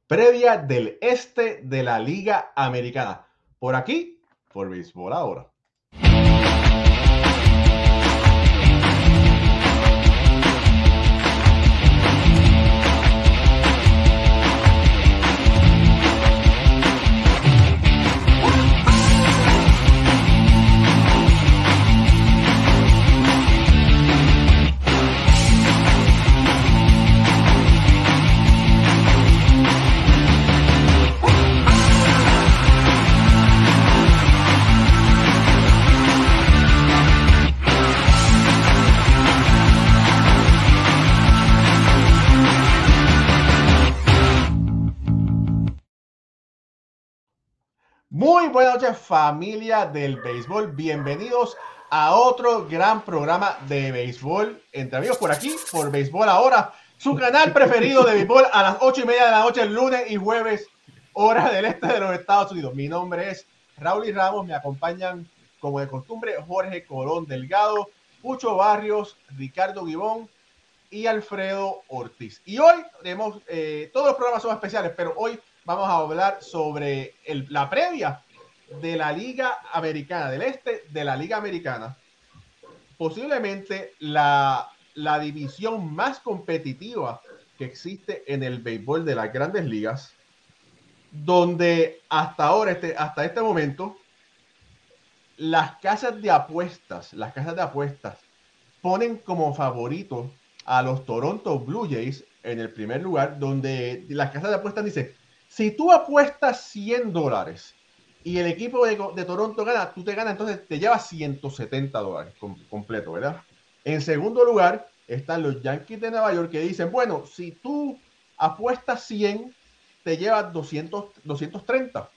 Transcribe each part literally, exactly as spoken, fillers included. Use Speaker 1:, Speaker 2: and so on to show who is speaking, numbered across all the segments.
Speaker 1: previa del este de la Liga Americana. Por aquí, por Béisbol Ahora. Muy buenas noches, familia del béisbol. Bienvenidos a otro gran programa de béisbol entre amigos por aquí, por Béisbol Ahora, su canal preferido de béisbol a las ocho y media de la noche, lunes y jueves, hora del este de los Estados Unidos. Mi nombre es Raúl y Ramos, me acompañan como de costumbre Jorge Colón Delgado, Pucho Barrios, Ricardo Gibón y Alfredo Ortiz. Y hoy tenemos, eh, todos los programas son especiales, pero hoy vamos a hablar sobre el, la previa de la Liga Americana, del este de la Liga Americana. Posiblemente la, la división más competitiva que existe en el béisbol de las grandes ligas, donde hasta ahora, este, hasta este momento, las casas de apuestas, las casas de apuestas ponen como favorito a los Toronto Blue Jays en el primer lugar, donde las casas de apuestas dicen, si tú apuestas cien dólares y el equipo de, de Toronto gana, tú te ganas, entonces te llevas ciento setenta dólares com, completo, ¿verdad? En segundo lugar están los Yankees de Nueva York que dicen, bueno, si tú apuestas cien, te llevas doscientos, doscientos treinta.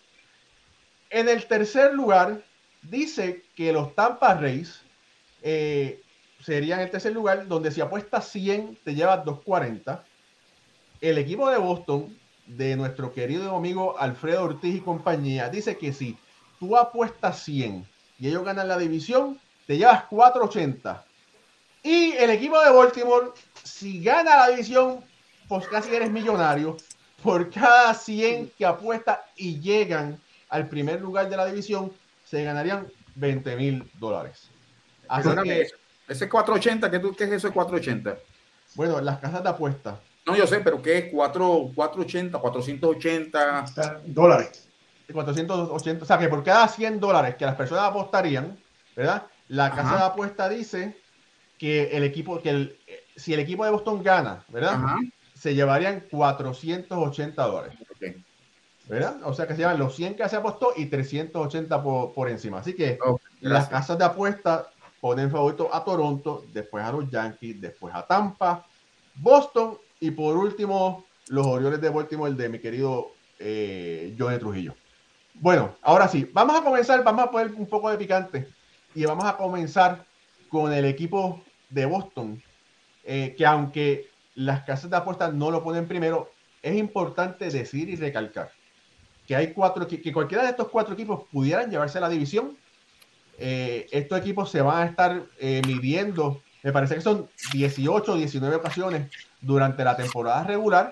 Speaker 1: En el tercer lugar dice que los Tampa Rays eh, serían el tercer lugar, donde si apuestas cien, te llevas doscientos cuarenta. El equipo de Boston, de nuestro querido amigo Alfredo Ortiz y compañía, dice que si tú apuestas cien y ellos ganan la división, te llevas cuatrocientos ochenta. Y el equipo de Baltimore, si gana la división, pues casi eres millonario. Por cada cien que apuestas y llegan al primer lugar de la división, se ganarían veinte mil dólares.
Speaker 2: Así que, ese cuatrocientos ochenta, ¿qué, tú, ¿qué es eso de cuatrocientos ochenta?
Speaker 1: Bueno, las casas de apuestas.
Speaker 2: No, yo sé, pero ¿qué es cuatrocientos ochenta, cuatrocientos ochenta
Speaker 1: dólares? cuatrocientos ochenta, o sea que por cada cien dólares que las personas apostarían, ¿verdad? La casa Ajá. de apuesta dice que el equipo, que el, si el equipo de Boston gana, ¿verdad? Ajá. Se llevarían cuatrocientos ochenta dólares. Okay. ¿Verdad? O sea que se llevan los cien que se apostó y trescientos ochenta por, por encima. Así que okay, las casas de apuesta ponen favorito a Toronto, después a los Yankees, después a Tampa, Boston y por último los Orioles de Baltimore de mi querido eh, Johnny Trujillo. Bueno, ahora sí, vamos a comenzar, vamos a poner un poco de picante y vamos a comenzar con el equipo de Boston, eh, que aunque las casas de apuestas no lo ponen primero, es importante decir y recalcar que hay cuatro, que, que cualquiera de estos cuatro equipos pudieran llevarse la división. Eh, estos equipos se van a estar eh, midiendo, me parece que son dieciocho o diecinueve ocasiones durante la temporada regular,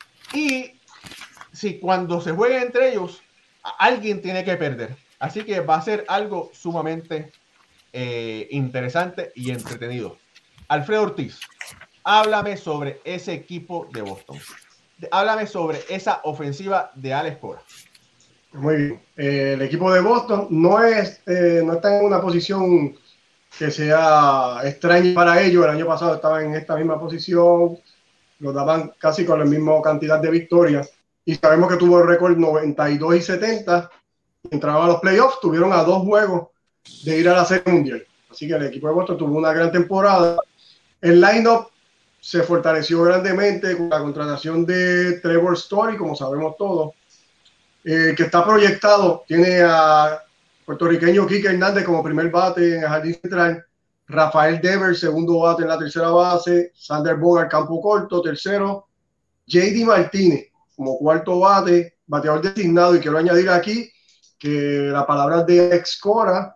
Speaker 1: y si cuando se jueguen entre ellos, alguien tiene que perder. Así que va a ser algo sumamente eh, interesante y entretenido. Alfredo Ortiz, háblame sobre ese equipo de Boston. Háblame sobre esa ofensiva de Alex Cora.
Speaker 3: Muy bien. Eh, el equipo de Boston no, es, eh, no está en una posición que sea extraña para ellos. El año pasado estaban en esta misma posición, lo daban casi con la misma cantidad de victorias. Y sabemos que tuvo el récord noventa y dos y setenta. Entraban a los playoffs, tuvieron a dos juegos de ir a la Serie Mundial. Así que el equipo de Boston tuvo una gran temporada. El line-up se fortaleció grandemente con la contratación de Trevor Story, como sabemos todos, eh, que está proyectado. Tiene a puertorriqueño Quique Hernández como primer bate en el jardín central, Rafael Devers, segundo bate en la tercera base, Sander Bogart, campo corto, tercero, J D Martínez como cuarto bate, bateador designado. Y quiero añadir aquí que la palabra de Alex Cora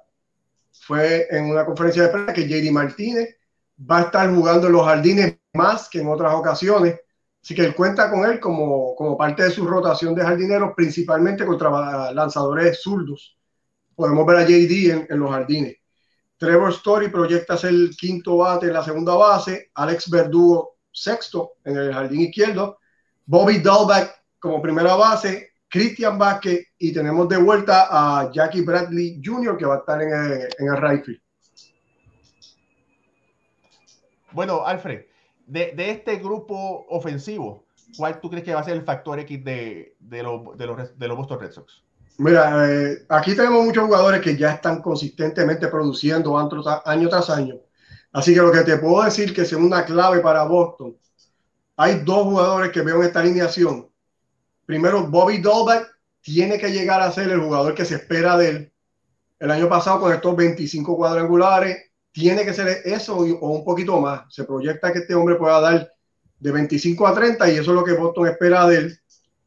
Speaker 3: fue en una conferencia de prensa que J D Martínez va a estar jugando en los jardines más que en otras ocasiones. Así que él cuenta con él como, como parte de su rotación de jardineros, principalmente contra lanzadores zurdos. Podemos ver a J D en, en los jardines. Trevor Story proyecta ser el quinto bate en la segunda base, Alex Verdugo sexto en el jardín izquierdo, Bobby Dalbec como primera base, Christian Vázquez, y tenemos de vuelta a Jackie Bradley junior que va a estar en el, en el right field.
Speaker 1: Bueno, Alfred, de, de este grupo ofensivo, ¿cuál tú crees que va a ser el factor X de, de, lo, de, los, de los Boston Red Sox?
Speaker 3: Mira, eh, aquí tenemos muchos jugadores que ya están consistentemente produciendo año tras año. Así que lo que te puedo decir que es una clave para Boston. Hay dos jugadores que veo en esta alineación. Primero, Bobby Dalbec tiene que llegar a ser el jugador que se espera de él. El año pasado con estos veinticinco cuadrangulares, tiene que ser eso o un poquito más. Se proyecta que este hombre pueda dar de veinticinco a treinta y eso es lo que Boston espera de él.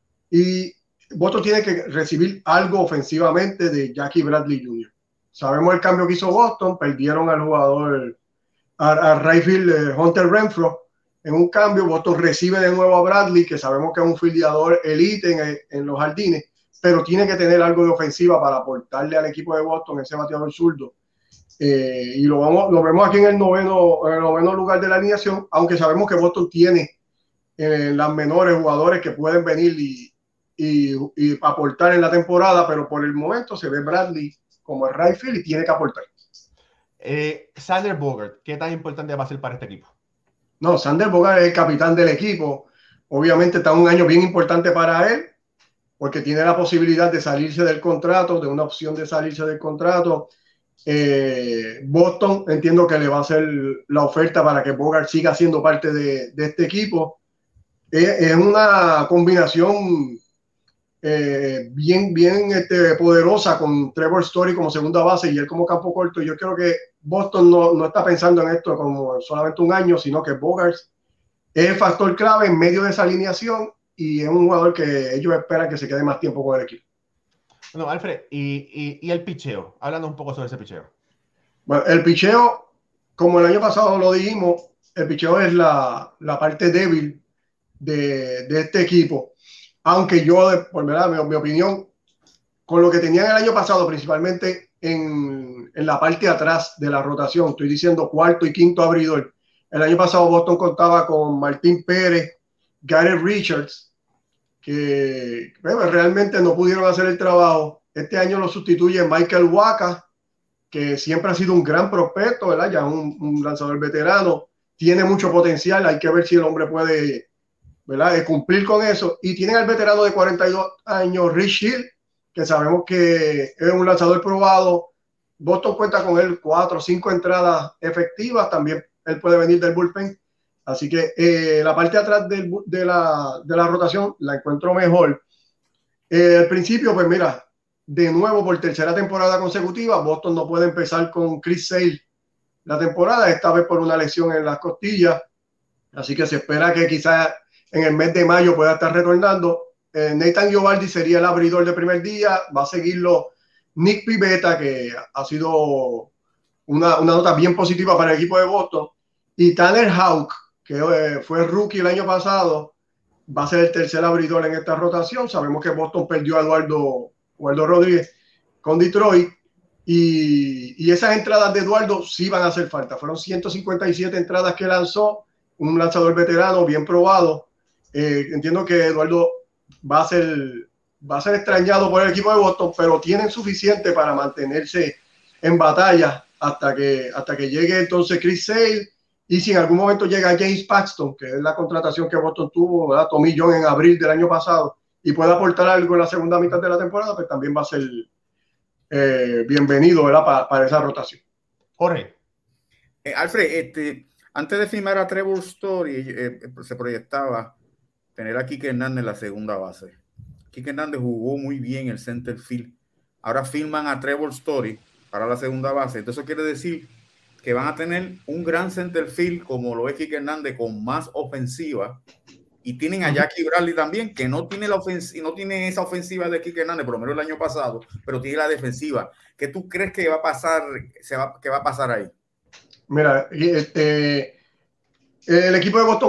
Speaker 3: Y Boston tiene que recibir algo ofensivamente de Jackie Bradley junior Sabemos el cambio que hizo Boston, perdieron al jugador, a, a Rayfield eh, Hunter Renfroe. En un cambio, Boston recibe de nuevo a Bradley, que sabemos que es un fildeador elite en, en los jardines, pero tiene que tener algo de ofensiva para aportarle al equipo de Boston ese bateador zurdo. Eh, y lo, vamos, lo vemos aquí en el, noveno, en el noveno lugar de la alineación, aunque sabemos que Boston tiene en eh, las menores jugadores que pueden venir y, y, y aportar en la temporada, pero por el momento se ve Bradley como el right field y tiene que aportar.
Speaker 1: Eh, Sander Bogart, ¿qué tan importante va a ser para este equipo?
Speaker 3: No, Sander Bogart es el capitán del equipo. Obviamente está un año bien importante para él, porque tiene la posibilidad de salirse del contrato, de una opción de salirse del contrato. Eh, Boston entiendo que le va a hacer la oferta para que Bogart siga siendo parte de, de este equipo. Es, es una combinación eh, bien, bien este, poderosa con Trevor Story como segunda base y él como campo corto. Yo creo que Boston no, no está pensando en esto como solamente un año, sino que Bogart es el factor clave en medio de esa alineación y es un jugador que ellos esperan que se quede más tiempo con el equipo.
Speaker 1: Bueno, Alfred, y, y, y el picheo, hablando un poco sobre ese picheo.
Speaker 3: Bueno, el picheo, como el año pasado lo dijimos, el picheo es la, la parte débil de, de este equipo. Aunque yo, por verdad, mi, mi opinión, con lo que tenían el año pasado, principalmente en, en la parte de atrás de la rotación, estoy diciendo cuarto y quinto abridor. El año pasado Boston contaba con Martín Pérez, Garrett Richards, que bueno, realmente no pudieron hacer el trabajo. Este año lo sustituye Michael Wacha, que siempre ha sido un gran prospecto, ¿verdad? Ya un, un lanzador veterano, tiene mucho potencial, hay que ver si el hombre puede, ¿verdad?, de cumplir con eso. Y tienen al veterano de cuarenta y dos años, Rich Hill, que sabemos que es un lanzador probado. Boston cuenta con él cuatro o cinco entradas efectivas, también él puede venir del bullpen. Así que eh, la parte de atrás del, de, la, de la rotación la encuentro mejor. Eh, al principio, pues mira, de nuevo por tercera temporada consecutiva, Boston no puede empezar con Chris Sale la temporada, esta vez por una lesión en las costillas. Así que se espera que quizás en el mes de mayo pueda estar retornando. Eh, Nathan Eovaldi sería el abridor de primer día, va a seguirlo Nick Pivetta, que ha sido una, una nota bien positiva para el equipo de Boston, y Tanner Houck, que eh, fue rookie el año pasado, va a ser el tercer abridor en esta rotación. Sabemos que Boston perdió a Eduardo, Eduardo Rodríguez con Detroit, y, y esas entradas de Eduardo sí van a hacer falta. Fueron ciento cincuenta y siete entradas que lanzó, un lanzador veterano bien probado. Eh, entiendo que Eduardo va a ser va a ser extrañado por el equipo de Boston, pero tienen suficiente para mantenerse en batalla hasta que, hasta que llegue entonces Chris Sale, y si en algún momento llega James Paxton, que es la contratación que Boston tuvo, ¿verdad?, Tommy John en abril del año pasado, y puede aportar algo en la segunda mitad de la temporada, pues también va a ser eh, bienvenido, ¿verdad?, para, para esa rotación.
Speaker 1: Jorge.
Speaker 2: Eh, Alfred, este, antes de firmar a Trevor Story, eh, se proyectaba tener a Kike Hernández en la segunda base. Kike Hernández jugó muy bien el center field. Ahora firman a Trevor Story para la segunda base. Entonces eso quiere decir que van a tener un gran center field como lo es Kike Hernández, con más ofensiva. Y tienen a Jackie Bradley también, que no tiene, la ofensiva, no tiene esa ofensiva de Kike Hernández, por lo menos el año pasado, pero tiene la defensiva. ¿Qué tú crees que va a pasar, se va, que va a pasar ahí?
Speaker 3: Mira, este, el equipo de Boston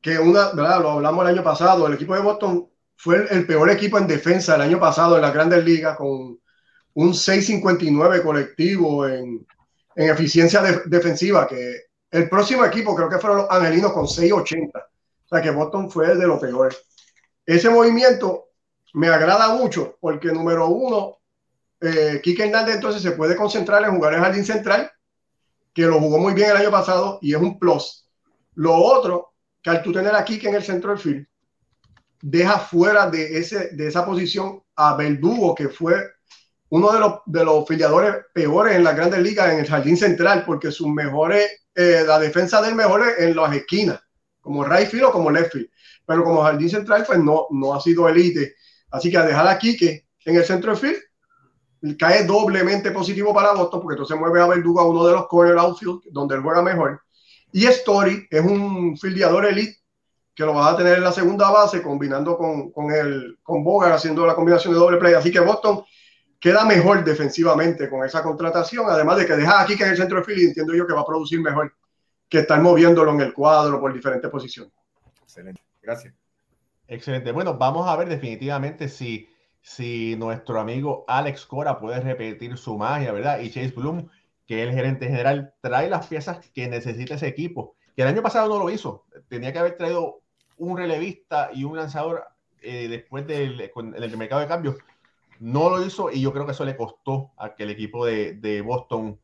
Speaker 3: que una, ¿verdad? Lo hablamos el año pasado, el equipo de Boston fue el, el peor equipo en defensa el año pasado en las Grandes Ligas, con un seis cincuenta y nueve colectivo en, en eficiencia de, defensiva, que el próximo equipo creo que fueron los Angelinos con seis ochenta. O sea que Boston fue de lo peor. Ese movimiento me agrada mucho porque, número uno, eh, Quique Hernández entonces se puede concentrar en jugar en el jardín central, que lo jugó muy bien el año pasado y es un plus. Lo otro, que al tú tener a Quique en el centro del field, deja fuera de, ese, de esa posición a Verdugo, que fue uno de los, de los filiadores peores en las Grandes Ligas en el jardín central, porque sus mejores, eh, la defensa del mejor es en las esquinas, como right field o como left field. Pero como jardín central, pues no, no ha sido elite. Así que a dejar a Quique en el centro del field, cae doblemente positivo para Boston, porque entonces mueve a Verdugo a uno de los corner outfield, donde él juega mejor. Y Story es un fildeador elite, que lo vas a tener en la segunda base, combinando con, con, el, con Bogart, haciendo la combinación de doble play. Así que Boston queda mejor defensivamente con esa contratación, además de que deja aquí que en el centro de field, y entiendo yo que va a producir mejor que estar moviéndolo en el cuadro por diferentes posiciones.
Speaker 2: Excelente, gracias.
Speaker 1: Excelente. Bueno, vamos a ver definitivamente si, si nuestro amigo Alex Cora puede repetir su magia, ¿verdad? Y Chase Bloom, que es el gerente general, trae las piezas que necesita ese equipo, que el año pasado no lo hizo. Tenía que haber traído un relevista y un lanzador eh, después del con, en el mercado de cambio. No lo hizo y yo creo que eso le costó a que el equipo de, de Boston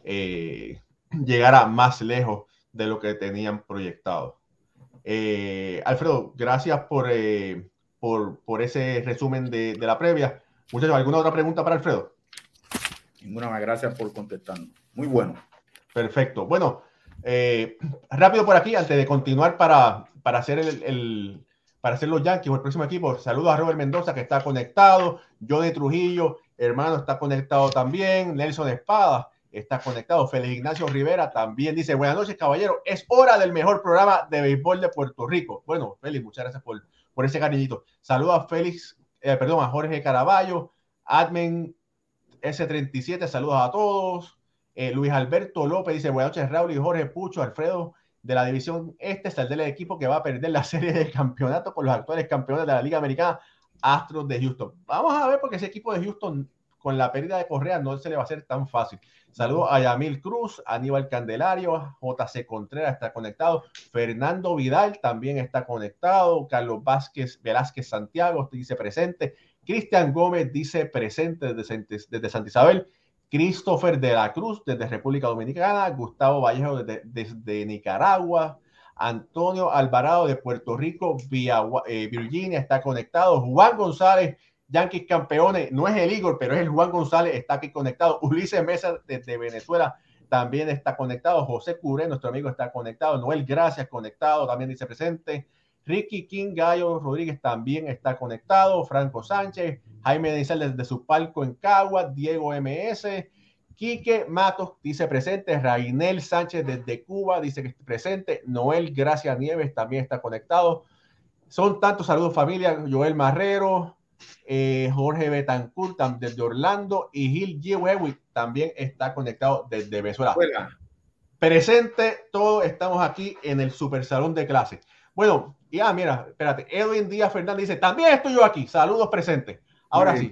Speaker 1: eh, llegara más lejos de lo que tenían proyectado. Eh, Alfredo, gracias por, eh, por, por ese resumen de, de la previa. Muchachos, ¿alguna otra pregunta para Alfredo?
Speaker 2: Ninguna más, gracias por contestarnos. Muy bueno.
Speaker 1: Perfecto. Bueno, eh, rápido por aquí, antes de continuar para, para hacer el, el para hacer los Yankees o el próximo equipo. Saludos a Robert Mendoza, que está conectado. Johnny Trujillo, hermano, está conectado también. Nelson Espada está conectado. Félix Ignacio Rivera también dice: buenas noches, caballero. Es hora del mejor programa de béisbol de Puerto Rico. Bueno, Félix, muchas gracias por, por ese cariñito. Saludos a Félix, eh, perdón, a Jorge Caraballo, Admen S treinta y siete, saludos a todos. Eh, Luis Alberto López dice: buenas noches, Raúl y Jorge, Pucho, Alfredo, de la división este, está el del equipo que va a perder la serie del campeonato con los actuales campeones de la Liga Americana, Astros de Houston. Vamos a ver, porque ese equipo de Houston, con la pérdida de Correa, no se le va a hacer tan fácil. Saludos a Yamil Cruz, Aníbal Candelario, J C Contreras está conectado, Fernando Vidal también está conectado, Carlos Vázquez, Velázquez Santiago dice presente, Cristian Gómez dice presente desde, desde Santa Isabel, Christopher de la Cruz desde República Dominicana, Gustavo Vallejo desde, desde Nicaragua, Antonio Alvarado de Puerto Rico, vía eh, Virginia está conectado, Juan González, Yankees campeones, no es el Igor, pero es el Juan González, está aquí conectado, Ulises Mesa desde Venezuela también está conectado, José Curé, nuestro amigo, está conectado, Noel Gracias conectado, también dice presente, Ricky King Gallo Rodríguez también está conectado, Franco Sánchez, Jaime Denizal desde su palco en Cagua, Diego M S, Quique Matos dice presente, Rainel Sánchez desde Cuba dice que está presente, Noel Gracias Nieves también está conectado. Son tantos saludos, familia. Joel Marrero, eh, Jorge Betancourt desde Orlando y Gil G. también está conectado desde Venezuela. Hola. Presente, todos estamos aquí en el Super Salón de Clases. Bueno, ya, mira, espérate, Edwin Díaz Fernández dice, también estoy yo aquí, saludos presentes. Ahora sí,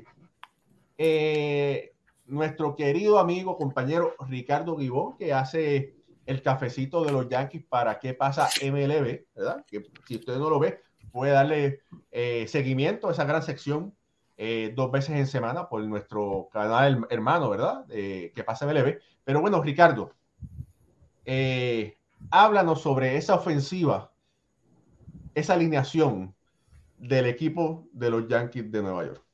Speaker 1: eh, nuestro querido amigo, compañero Ricardo Guibón, que hace el cafecito de los Yankees para qué pasa M L B, ¿verdad? Que si usted no lo ve, puede darle eh, seguimiento a esa gran sección eh, dos veces en semana por nuestro canal hermano, ¿verdad? Eh, que pasa M L B. Pero bueno, Ricardo, eh, háblanos sobre esa ofensiva, esa alineación del equipo de los Yankees de Nueva York.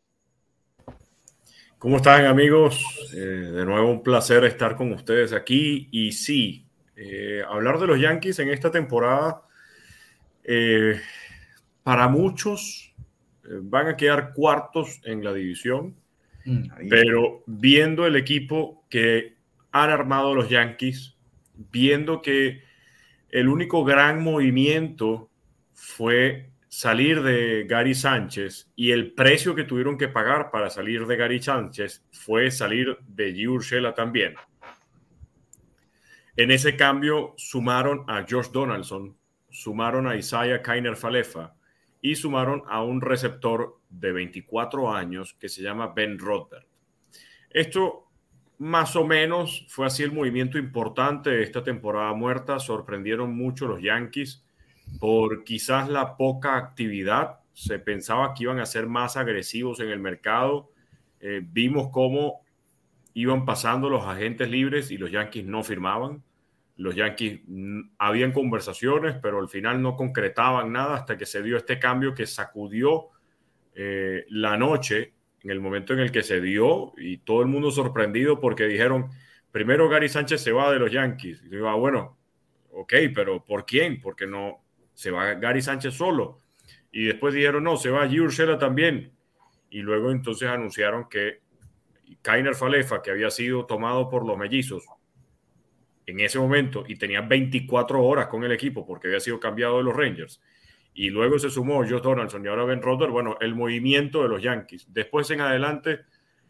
Speaker 4: ¿Cómo están, amigos? Eh, de nuevo un placer estar con ustedes aquí. Y sí, eh, hablar de los Yankees en esta temporada, eh, para muchos eh, van a quedar cuartos en la división, mm, pero viendo el equipo que han armado los Yankees, viendo que el único gran movimiento fue salir de Gary Sánchez y el precio que tuvieron que pagar para salir de Gary Sánchez fue salir de Gio Urshela también. En ese cambio sumaron a Josh Donaldson sumaron a Isaiah Kiner-Falefa y sumaron a un receptor de veinticuatro años que se llama Ben Roethlisberger. Esto más o menos fue así el movimiento importante de esta temporada muerta. Sorprendieron mucho los Yankees por quizás la poca actividad. Se pensaba que iban a ser más agresivos en el mercado. Eh, vimos cómo iban pasando los agentes libres y los Yankees no firmaban. Los Yankees habían conversaciones, pero al final no concretaban nada hasta que se dio este cambio que sacudió eh, la noche en el momento en el que se dio, y todo el mundo sorprendido porque dijeron, primero Gary Sánchez se va de los Yankees. Y digo, ah, bueno, ok, pero ¿por quién? Porque no se va Gary Sánchez solo. Y después dijeron, no, se va Gio Urshela también. Y luego entonces anunciaron que Kiner-Falefa, que había sido tomado por los Mellizos en ese momento y tenía veinticuatro horas con el equipo porque había sido cambiado de los Rangers, y luego se sumó Josh Donaldson y ahora Ben Roethlisberger. Bueno, el movimiento de los Yankees. Después en adelante,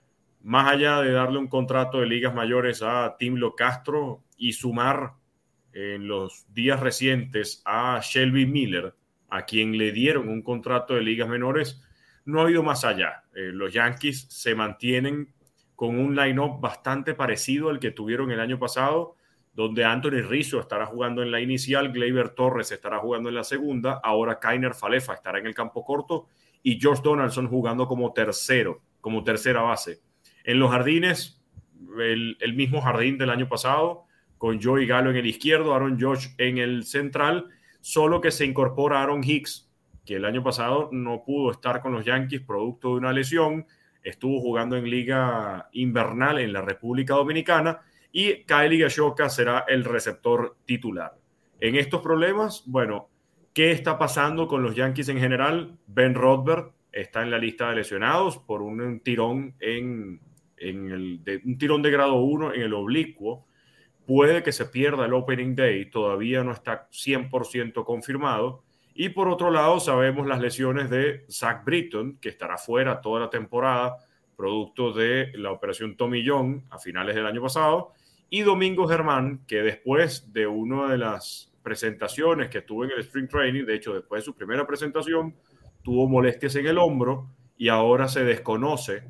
Speaker 4: más allá de darle un contrato de ligas mayores a Tim Locastro y sumar en los días recientes a Shelby Miller, a quien le dieron un contrato de ligas menores, no ha ido más allá. Eh, los Yankees se mantienen con un line-up bastante parecido al que tuvieron el año pasado, donde Anthony Rizzo estará jugando en la inicial, Gleyber Torres estará jugando en la segunda, ahora Kiner-Falefa estará en el campo corto y Josh Donaldson jugando como tercero, como tercera base. En los jardines, el, el mismo jardín del año pasado, con Joey Gallo en el izquierdo, Aaron Judge en el central, solo que se incorpora Aaron Hicks, que el año pasado no pudo estar con los Yankees producto de una lesión, estuvo jugando en liga invernal en la República Dominicana, y Kyle Higashioka será el receptor titular. En estos problemas, bueno, ¿qué está pasando con los Yankees en general? Ben Roethlisberger está en la lista de lesionados por un, un tirón en, en el, de, un tirón de grado uno en el oblicuo. Puede que se pierda el opening day, todavía no está cien por ciento confirmado. Y por otro lado, sabemos las lesiones de Zach Britton, que estará fuera toda la temporada, producto de la operación Tommy John a finales del año pasado, y Domingo Germán, que después de una de las presentaciones que tuvo en el Spring Training, de hecho después de su primera presentación, tuvo molestias en el hombro y ahora se desconoce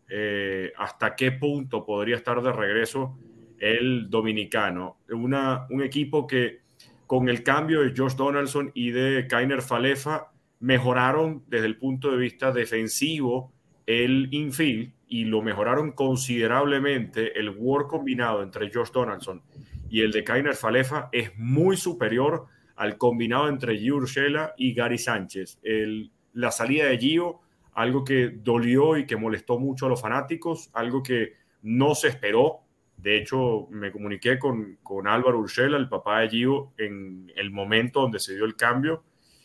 Speaker 4: eh, hasta qué punto podría estar de regreso el dominicano. Una, un equipo que con el cambio de Josh Donaldson y de Kiner-Falefa mejoraron desde el punto de vista defensivo el infield y lo mejoraron considerablemente. El WAR combinado entre Josh Donaldson y el de Kiner-Falefa es muy superior al combinado entre Gio Urshela y Gary Sánchez. El, la salida de Gio, algo que dolió y que molestó mucho a los fanáticos, algo que no se esperó. De hecho, me comuniqué con, con Álvaro Urshela, el papá de Gio, en el momento donde se dio el cambio,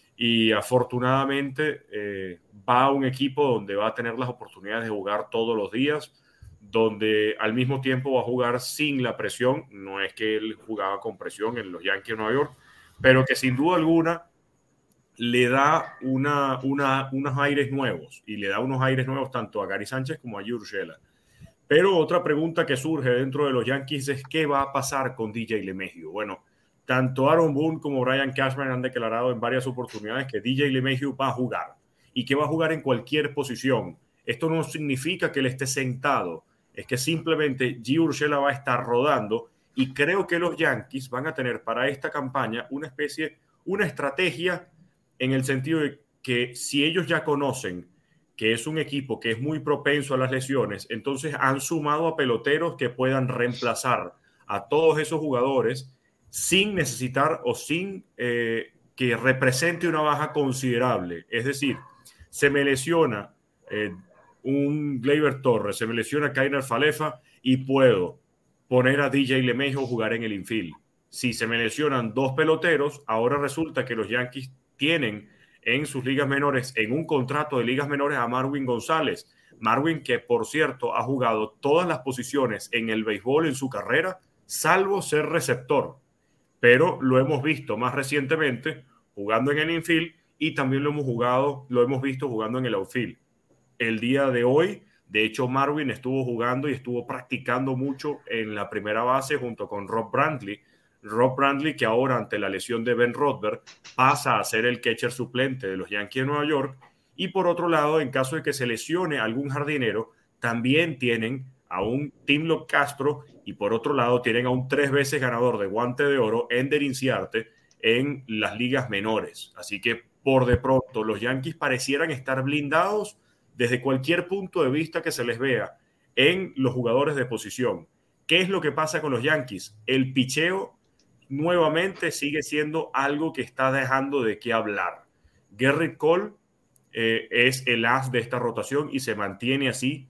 Speaker 4: y afortunadamente eh, va a un equipo donde va a tener las oportunidades de jugar todos los días, donde al mismo tiempo va a jugar sin la presión. No es que él jugaba con presión en los Yankees de Nueva York, pero que sin duda alguna le da una, una, unos aires nuevos, y le da unos aires nuevos tanto a Gary Sánchez como a Gio Urshela. Pero otra pregunta que surge dentro de los Yankees es ¿qué va a pasar con D J LeMahieu? Bueno, tanto Aaron Boone como Brian Cashman han declarado en varias oportunidades que D J LeMahieu va a jugar y que va a jugar en cualquier posición. Esto no significa que él esté sentado, es que simplemente Gio Urshela va a estar rodando, y creo que los Yankees van a tener para esta campaña una especie, una estrategia, en el sentido de que si ellos ya conocen que es un equipo que es muy propenso a las lesiones, entonces han sumado a peloteros que puedan reemplazar a todos esos jugadores sin necesitar o sin eh, que represente una baja considerable. Es decir, se me lesiona eh, un Gleyber Torres, se me lesiona Kiner-Falefa y puedo poner a D J LeMahieu a jugar en el infield. Si se me lesionan dos peloteros, ahora resulta que los Yankees tienen en sus ligas menores, en un contrato de ligas menores, a Marwin González. Marwin, que por cierto ha jugado todas las posiciones en el béisbol en su carrera, salvo ser receptor, pero lo hemos visto más recientemente jugando en el infield, y también lo hemos jugado, lo hemos visto jugando en el outfield. El día de hoy, de hecho, Marwin estuvo jugando y estuvo practicando mucho en la primera base junto con Rob Brantley, Rob Brandley, que ahora ante la lesión de Ben Roethlisberger pasa a ser el catcher suplente de los Yankees de Nueva York. Y por otro lado, en caso de que se lesione algún jardinero, también tienen a un Tim Locastro y por otro lado tienen a un tres veces ganador de Guante de Oro, Ender Inciarte, en las ligas menores. Así que por de pronto los Yankees parecieran estar blindados desde cualquier punto de vista que se les vea en los jugadores de posición. ¿Qué es lo que pasa con los Yankees? El picheo nuevamente sigue siendo algo que está dejando de qué hablar. Gerrit Cole eh, es el as de esta rotación y se mantiene así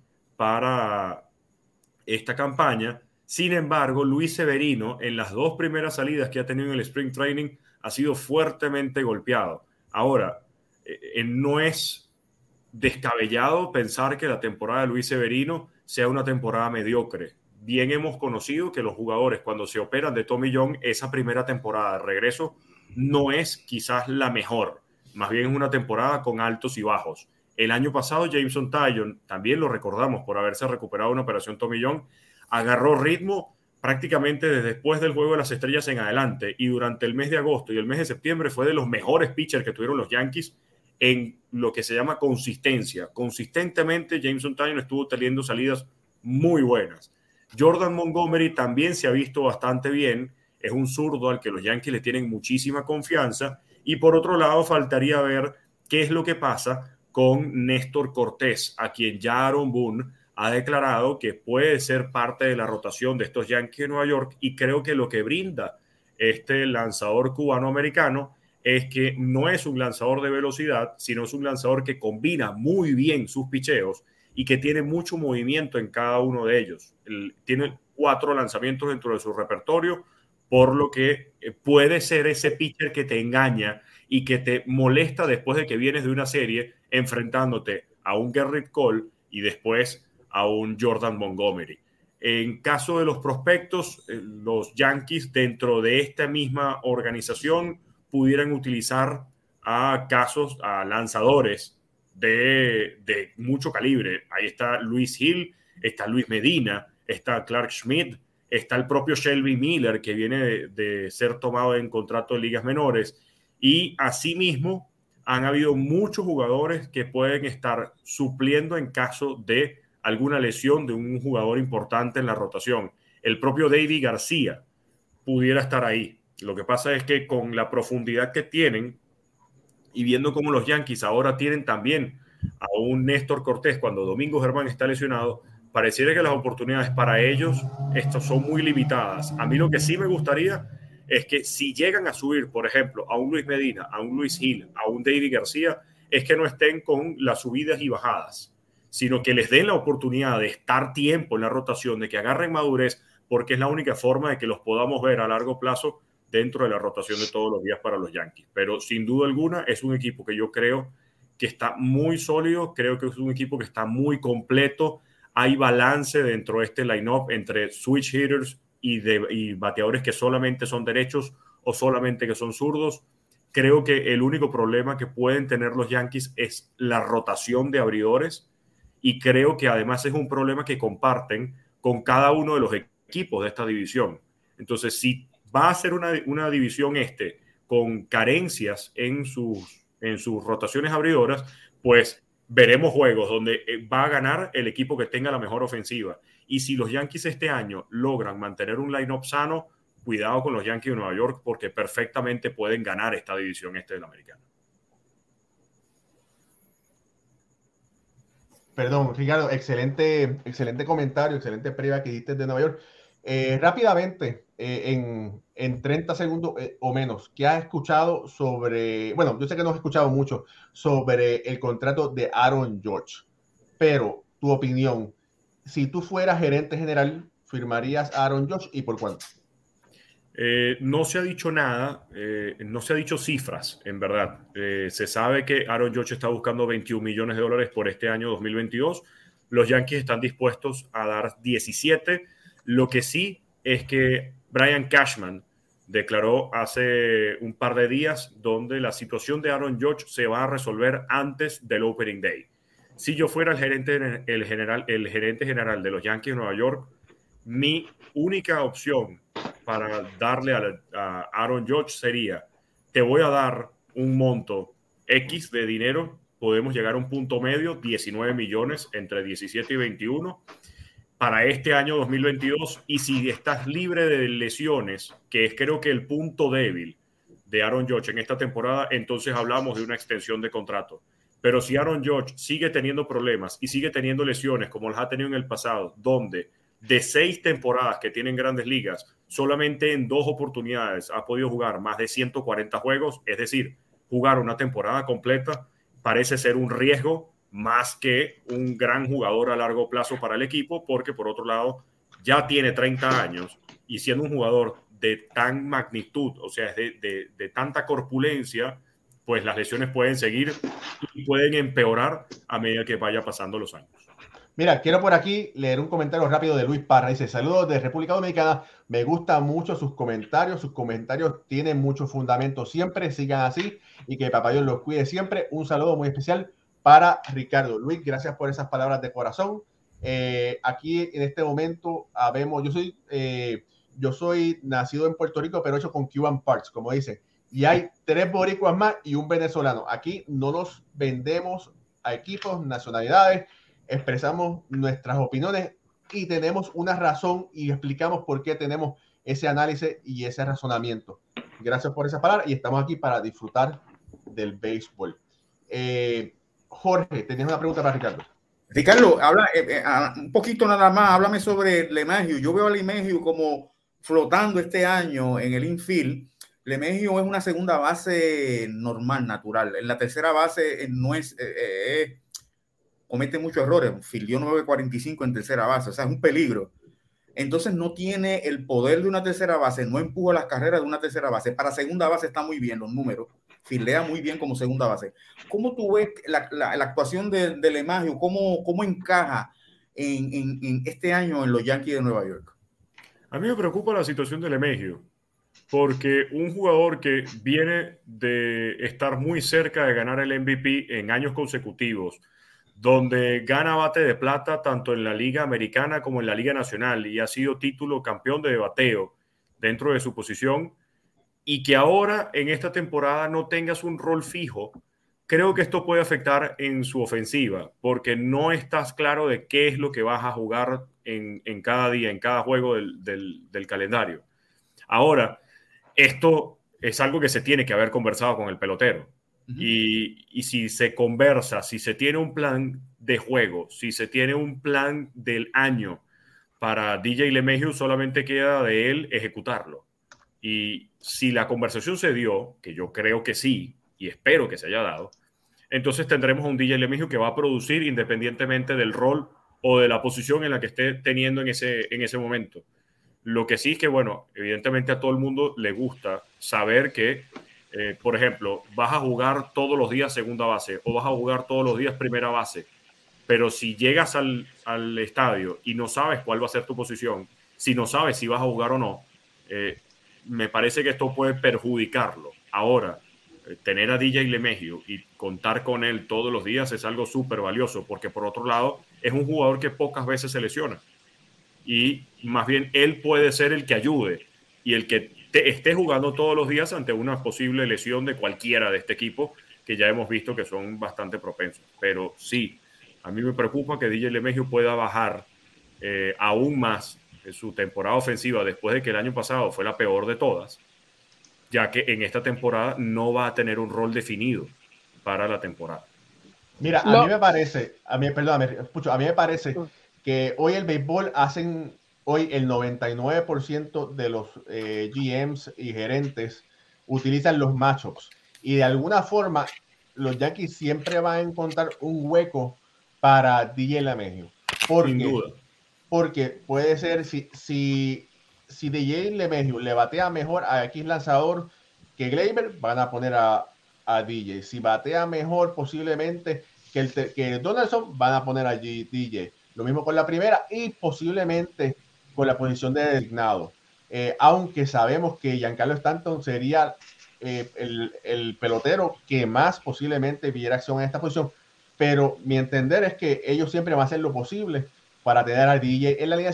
Speaker 4: para esta campaña. Sin embargo, Luis Severino, en las dos primeras salidas que ha tenido en el Spring Training, ha sido fuertemente golpeado. Ahora, eh, no es descabellado pensar que la temporada de Luis Severino sea una temporada mediocre. Bien hemos conocido que los jugadores, cuando se operan de Tommy John, esa primera temporada de regreso no es quizás la mejor. Más bien es una temporada con altos y bajos. El año pasado, Jameson Taillon, también lo recordamos por haberse recuperado de una operación Tommy John, agarró ritmo prácticamente desde después del Juego de las Estrellas en adelante, y durante el mes de agosto y el mes de septiembre fue de los mejores pitchers que tuvieron los Yankees en lo que se llama consistencia. Consistentemente, Jameson Taillon estuvo teniendo salidas muy buenas. Jordan Montgomery también se ha visto bastante bien, es un zurdo al que los Yankees le tienen muchísima confianza, y por otro lado faltaría ver qué es lo que pasa con Néstor Cortés, a quien ya Aaron Boone ha declarado que puede ser parte de la rotación de estos Yankees de Nueva York, y creo que lo que brinda este lanzador cubano-americano es que no es un lanzador de velocidad, sino es un lanzador que combina muy bien sus picheos y que tiene mucho movimiento en cada uno de ellos. El, tiene cuatro lanzamientos dentro de su repertorio, por lo que puede ser ese pitcher que te engaña y que te molesta después de que vienes de una serie enfrentándote a un Gerrit Cole y después a un Jordan Montgomery. En caso de los prospectos, los Yankees dentro de esta misma organización pudieran utilizar a casos, a lanzadores de, de mucho calibre. Ahí está Luis Hill, está Luis Medina, está Clark Schmidt, está el propio Shelby Miller, que viene de, de ser tomado en contrato de ligas menores, y asimismo han habido muchos jugadores que pueden estar supliendo en caso de alguna lesión de un jugador importante en la rotación. El propio Deivi García pudiera estar ahí. Lo que pasa es que con la profundidad que tienen y viendo cómo los Yankees ahora tienen también a un Néstor Cortés cuando Domingo Germán está lesionado, pareciera que las oportunidades para ellos estas son muy limitadas. A mí lo que sí me gustaría es que si llegan a subir, por ejemplo, a un Luis Medina, a un Luis Hill, a un Deivi García, es que no estén con las subidas y bajadas, sino que les den la oportunidad de estar tiempo en la rotación, de que agarren madurez, porque es la única forma de que los podamos ver a largo plazo dentro de la rotación de todos los días para los Yankees. Pero sin duda alguna es un equipo que yo creo que está muy sólido, creo que es un equipo que está muy completo, hay balance dentro de este line-up entre switch hitters y, de, y bateadores que solamente son derechos o solamente que son zurdos. Creo que el único problema que pueden tener los Yankees es la rotación de abridores, y creo que además es un problema que comparten con cada uno de los equipos de esta división. Entonces, si va a ser una, una división este con carencias en sus, en sus rotaciones abridoras, pues veremos juegos donde va a ganar el equipo que tenga la mejor ofensiva. Y si los Yankees este año logran mantener un line-up sano, cuidado con los Yankees de Nueva York, porque perfectamente pueden ganar esta división este de la americana.
Speaker 1: Perdón, Ricardo, excelente, excelente comentario, excelente previa que diste de Nueva York. Eh, rápidamente, eh, en, en treinta segundos eh, o menos, ¿qué has escuchado sobre, bueno, yo sé que no has escuchado mucho sobre el contrato de Aaron Judge, pero tu opinión, si tú fueras gerente general, ¿firmarías a Aaron Judge y por cuánto?
Speaker 4: Eh, no se ha dicho nada, eh, no se ha dicho cifras, en verdad. Eh, se sabe que Aaron Judge está buscando veintiún millones de dólares por este año dos mil veintidós. Los Yankees están dispuestos a dar diecisiete. Lo que sí es que Brian Cashman declaró hace un par de días donde la situación de Aaron Judge se va a resolver antes del Opening Day. Si yo fuera el gerente, el general, el gerente general de los Yankees de Nueva York, mi única opción para darle a, a Aaron Judge sería, te voy a dar un monto X de dinero, podemos llegar a un punto medio, diecinueve millones entre diecisiete y veintiuno para este año dos mil veintidós, y si estás libre de lesiones, que es creo que el punto débil de Aaron Judge en esta temporada, entonces hablamos de una extensión de contrato. Pero si Aaron Judge sigue teniendo problemas y sigue teniendo lesiones como las ha tenido en el pasado, donde de seis temporadas que tienen Grandes Ligas, solamente en dos oportunidades ha podido jugar más de ciento cuarenta juegos, es decir, jugar una temporada completa parece ser un riesgo más que un gran jugador a largo plazo para el equipo, porque por otro lado ya tiene treinta años y siendo un jugador de tan magnitud, o sea, de, de, de tanta corpulencia, pues las lesiones pueden seguir y pueden empeorar a medida que vaya pasando los años.
Speaker 1: Mira, quiero por aquí leer un comentario rápido de Luis Parra. Dice, saludos de República Dominicana. Me gustan mucho sus comentarios. Sus comentarios tienen mucho fundamento siempre. Sigan así y que Papá Dios los cuide siempre. Un saludo muy especial para Ricardo. Luis, gracias por esas palabras de corazón. Eh, aquí en este momento habemos, yo soy, eh, yo soy nacido en Puerto Rico, pero hecho con Cuban Parts, como dicen. Y hay tres boricuas más y un venezolano. Aquí no nos vendemos a equipos, nacionalidades. Expresamos nuestras opiniones y tenemos una razón y explicamos por qué tenemos ese análisis y ese razonamiento. Gracias por esa palabra y estamos aquí para disfrutar del béisbol. Eh, Jorge, tenías una pregunta para Ricardo.
Speaker 2: Ricardo, habla eh, eh, un poquito nada más, háblame sobre LeMahieu. Yo veo a LeMahieu como flotando este año en el infield. LeMahieu es una segunda base normal, natural. En la tercera base no es... Eh, eh, comete muchos errores, fildió nueve cuarenta y cinco en tercera base, o sea, es un peligro. Entonces no tiene el poder de una tercera base, no empuja las carreras de una tercera base. Para segunda base está muy bien los números, fildea muy bien como segunda base. ¿Cómo tú ves la, la, la actuación de, de LeMahieu? ¿Cómo, cómo encaja en, en, en este año en los Yankees de Nueva York?
Speaker 4: A mí me preocupa la situación de LeMahieu, porque un jugador que viene de estar muy cerca de ganar el M V P en años consecutivos, donde gana bate de plata tanto en la Liga Americana como en la Liga Nacional y ha sido título campeón de bateo dentro de su posición, y que ahora en esta temporada no tengas un rol fijo, creo que esto puede afectar en su ofensiva, porque no estás claro de qué es lo que vas a jugar en, en cada día, en cada juego del, del, del calendario. Ahora, esto es algo que se tiene que haber conversado con el pelotero. Y, y si se conversa, si se tiene un plan de juego, si se tiene un plan del año para D J LeMahieu, solamente queda de él ejecutarlo. Y si la conversación se dio, que yo creo que sí, y espero que se haya dado, entonces tendremos a un D J LeMahieu que va a producir independientemente del rol o de la posición en la que esté teniendo en ese, en ese momento. Lo que sí es que, bueno, evidentemente a todo el mundo le gusta saber que Eh, por ejemplo, vas a jugar todos los días segunda base o vas a jugar todos los días primera base, pero si llegas al, al estadio y no sabes cuál va a ser tu posición, si no sabes si vas a jugar o no, eh, me parece que esto puede perjudicarlo. Ahora, eh, tener a D J LeMahieu y contar con él todos los días es algo súper valioso, porque por otro lado es un jugador que pocas veces se lesiona y más bien él puede ser el que ayude y el que te esté jugando todos los días ante una posible lesión de cualquiera de este equipo, que ya hemos visto que son bastante propensos. Pero sí, a mí me preocupa que D J LeMahieu pueda bajar eh, aún más su temporada ofensiva después de que el año pasado fue la peor de todas, ya que en esta temporada no va a tener un rol definido para la temporada.
Speaker 1: Mira, a no. mí me parece, a mí, perdón, a mí me parece que hoy el béisbol hacen... Hoy el noventa y nueve por ciento de los eh, G Ms y gerentes utilizan los matchups y de alguna forma los Yankees siempre van a encontrar un hueco para D J LeMahieu.
Speaker 4: Sin duda.
Speaker 1: Porque puede ser si, si, si D J LeMahieu le batea mejor a X lanzador que Gleyber, van a poner a, a D J. Si batea mejor posiblemente que el, que el Donaldson, van a poner a D J. Lo mismo con la primera y posiblemente con la posición de designado. Eh, aunque sabemos que Giancarlo Stanton sería eh, el, el pelotero que más posiblemente viera acción en esta posición, pero mi entender es que ellos siempre van a hacer lo posible para tener al D J en la alineación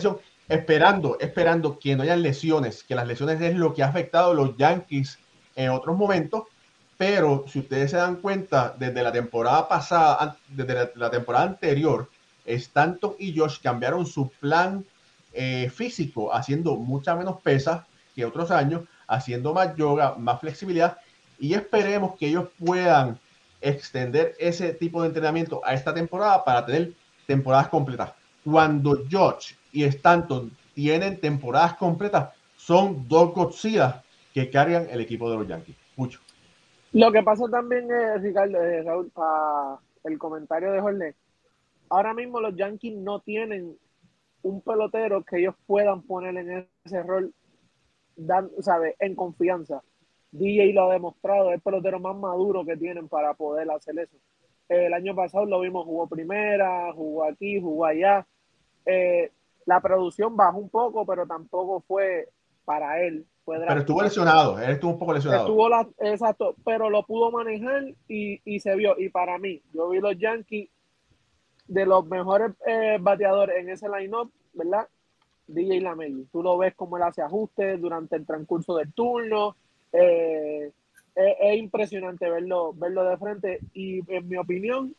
Speaker 1: esperando, esperando que no hayan lesiones, que las lesiones es lo que ha afectado a los Yankees en otros momentos, pero si ustedes se dan cuenta, desde la temporada pasada, desde la, la temporada anterior, Stanton y Josh cambiaron su plan eh, físico, haciendo mucha menos pesas que otros años, haciendo más yoga, más flexibilidad, y esperemos que ellos puedan extender ese tipo de entrenamiento a esta temporada para tener temporadas completas. Cuando Josh y Stanton tienen temporadas completas, son dos Godzilla que cargan el equipo de los Yankees. Mucho.
Speaker 5: Lo que pasa también es, Ricardo, eh, Raúl, para el comentario de Jorge, ahora mismo los Yankees no tienen un pelotero que ellos puedan poner en ese rol, dan, ¿sabe? En confianza. D J lo ha demostrado, es el pelotero más maduro que tienen para poder hacer eso. Eh, el año pasado lo vimos, jugó primera, jugó aquí, jugó allá. Eh, la producción bajó un poco, pero tampoco fue para él. Fue
Speaker 1: pero estuvo lesionado, él estuvo un poco lesionado.
Speaker 5: Estuvo la, exacto, pero lo pudo manejar y, y se vio. Y para mí, yo vi los Yankees de los mejores eh, bateadores en ese line-up, ¿verdad? D J LeMahieu. Tú lo ves como él hace ajustes durante el transcurso del turno. Eh, es, es impresionante verlo, verlo de frente. Y en mi opinión,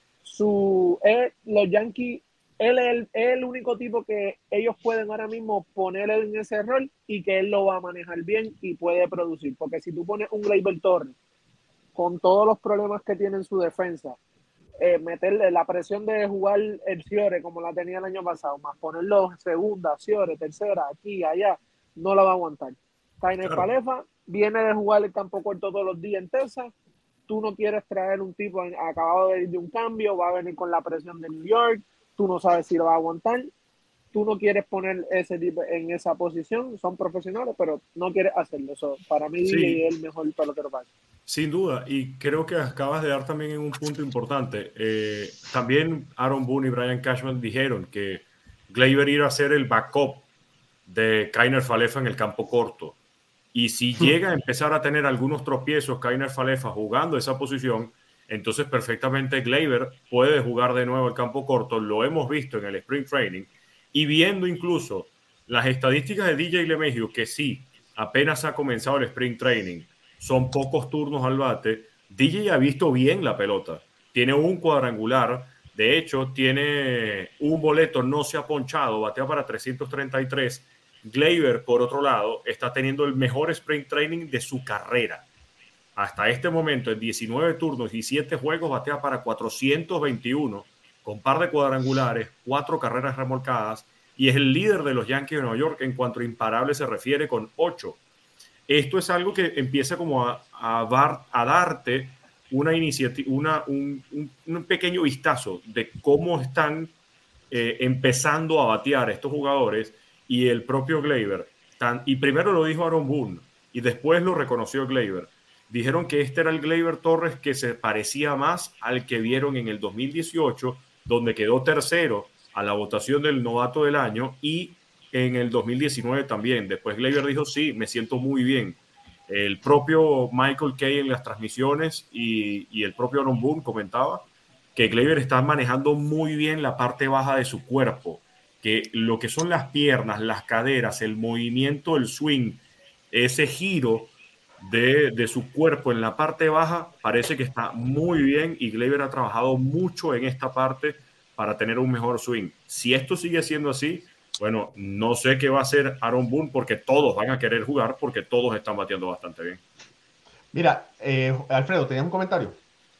Speaker 5: su, eh, los Yankees, él es el, es el único tipo que ellos pueden ahora mismo poner en ese rol y que él lo va a manejar bien y puede producir. Porque si tú pones un Gleyber Torres con todos los problemas que tiene en su defensa, eh, meterle la presión de jugar el Ciore como la tenía el año pasado, más ponerlo segunda, Ciore, tercera, aquí, allá, no la va a aguantar. Kiner claro. Falefa viene de jugar el campo corto todos los días en Texas. Tú no quieres traer un tipo acabado de ir de un cambio, va a venir con la presión de New York, tú no sabes si lo va a aguantar, tú no quieres poner ese tipo en esa posición, son profesionales, pero no quieres hacerlo. Eso, para mí sí. Es el mejor pelotero para eso.
Speaker 4: Sin duda, y creo que acabas de dar también en un punto importante. Eh, también Aaron Boone y Brian Cashman dijeron que Gleyber iba a ser el backup de Kiner Falefa en el campo corto. Y si llega a empezar a tener algunos tropiezos Kiner Falefa jugando esa posición, entonces perfectamente Gleyber puede jugar de nuevo el campo corto. Lo hemos visto en el Spring Training y viendo incluso las estadísticas de D J LeMahieu, que sí, apenas ha comenzado el Spring Training, son pocos turnos al bate. D J ha visto bien la pelota, tiene un cuadrangular, de hecho tiene un boleto, no se ha ponchado, batea para trescientos treinta y tres. Gleyber, por otro lado, está teniendo el mejor Spring Training de su carrera. Hasta este momento, en diecinueve turnos y siete juegos, batea para cuatrocientos veintiuno, con par de cuadrangulares, cuatro carreras remolcadas, y es el líder de los Yankees de Nueva York en cuanto a imparable se refiere, con ocho. Esto es algo que empieza como a, a, dar, a darte una iniciativa, una, un, un, un pequeño vistazo de cómo están eh, empezando a batear estos jugadores, y el propio Gleyber. Tan, y primero lo dijo Aaron Boone, y después lo reconoció Gleyber. Dijeron que este era el Gleyber Torres que se parecía más al que vieron en el dos mil dieciocho, donde quedó tercero a la votación del novato del año, y en el dos mil diecinueve también. Después Gleyber dijo, sí, me siento muy bien. El propio Michael Kay en las transmisiones y, y el propio Aaron Boone comentaba que Gleyber está manejando muy bien la parte baja de su cuerpo, que lo que son las piernas, las caderas, el movimiento, el swing, ese giro de, de su cuerpo en la parte baja, parece que está muy bien, y Gleyber ha trabajado mucho en esta parte para tener un mejor swing. Si esto sigue siendo así, bueno, no sé qué va a hacer Aaron Boone, porque todos van a querer jugar, porque todos están bateando bastante bien.
Speaker 1: Mira, eh, Alfredo, ¿tenías un comentario?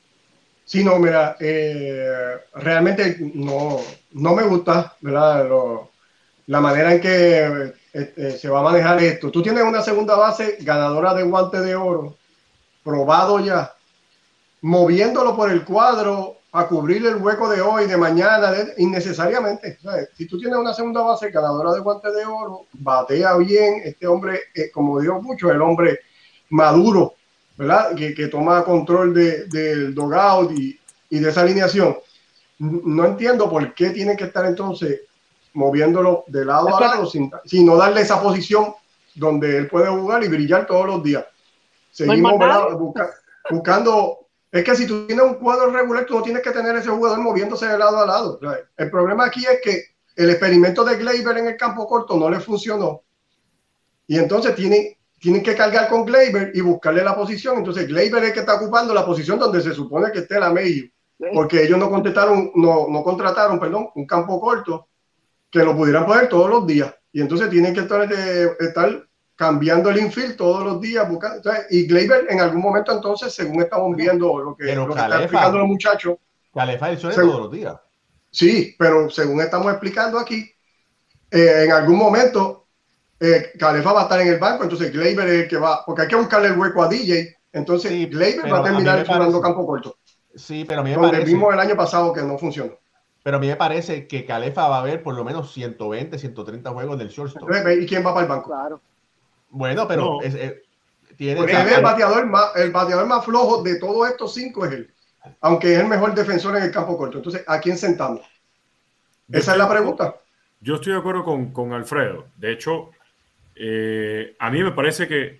Speaker 3: Sí, no, mira, eh, realmente no, no me gusta, ¿verdad? Lo, la manera en que eh, se va a manejar esto. Tú tienes una segunda base ganadora de guante de oro, probado ya, moviéndolo por el cuadro a cubrir el hueco de hoy, de mañana, de, innecesariamente. ¿Sabes? Si tú tienes una segunda base ganadora de guante de oro, batea bien, este hombre, eh, como digo mucho, el hombre maduro, ¿verdad? Que, que toma control de, del dugout y, y de esa alineación. No entiendo por qué tienen que estar entonces moviéndolo de lado a lado sin, sin no darle esa posición donde él puede jugar y brillar todos los días. Seguimos ¿verdad? Busca, buscando. Es que si tú tienes un cuadro regular, tú no tienes que tener ese jugador moviéndose de lado a lado. El problema aquí es que el experimento de Gleyber en el campo corto no le funcionó. Y entonces tienen, tienen que cargar con Gleyber y buscarle la posición. Entonces Gleyber es el que está ocupando la posición donde se supone que esté la medio. Porque ellos no contrataron, no, no contrataron, perdón, un campo corto que lo pudieran poner todos los días. Y entonces tienen que estar, eh, estar cambiando el infield todos los días. Buscando, ¿sabes? Y Gleyber en algún momento entonces, según estamos viendo lo que, lo que están explicando los muchachos.
Speaker 1: Calefa el suele todos los días.
Speaker 3: Sí, pero según estamos explicando aquí, eh, en algún momento eh, Calefa va a estar en el banco, entonces Gleyber es el que va, porque hay que buscarle el hueco a D J, entonces sí, Gleyber va a terminar jugando campo corto.
Speaker 1: Sí, pero a mí me
Speaker 3: donde
Speaker 1: parece,
Speaker 3: vimos el año pasado que no funcionó.
Speaker 1: Pero a mí me parece que Calefa va a ver por lo menos ciento veinte, ciento treinta juegos del shortstop.
Speaker 3: ¿Y quién va para el banco?
Speaker 5: Claro.
Speaker 1: Bueno, pero
Speaker 4: no.
Speaker 1: es, es, tiene
Speaker 3: porque el bateador, más, el bateador más flojo de todos estos cinco es él, aunque es el mejor defensor en el campo corto. Entonces, ¿a quién sentamos? Yo Esa es la pregunta.
Speaker 4: Yo estoy de acuerdo con, con Alfredo. De hecho, eh, a mí me parece que,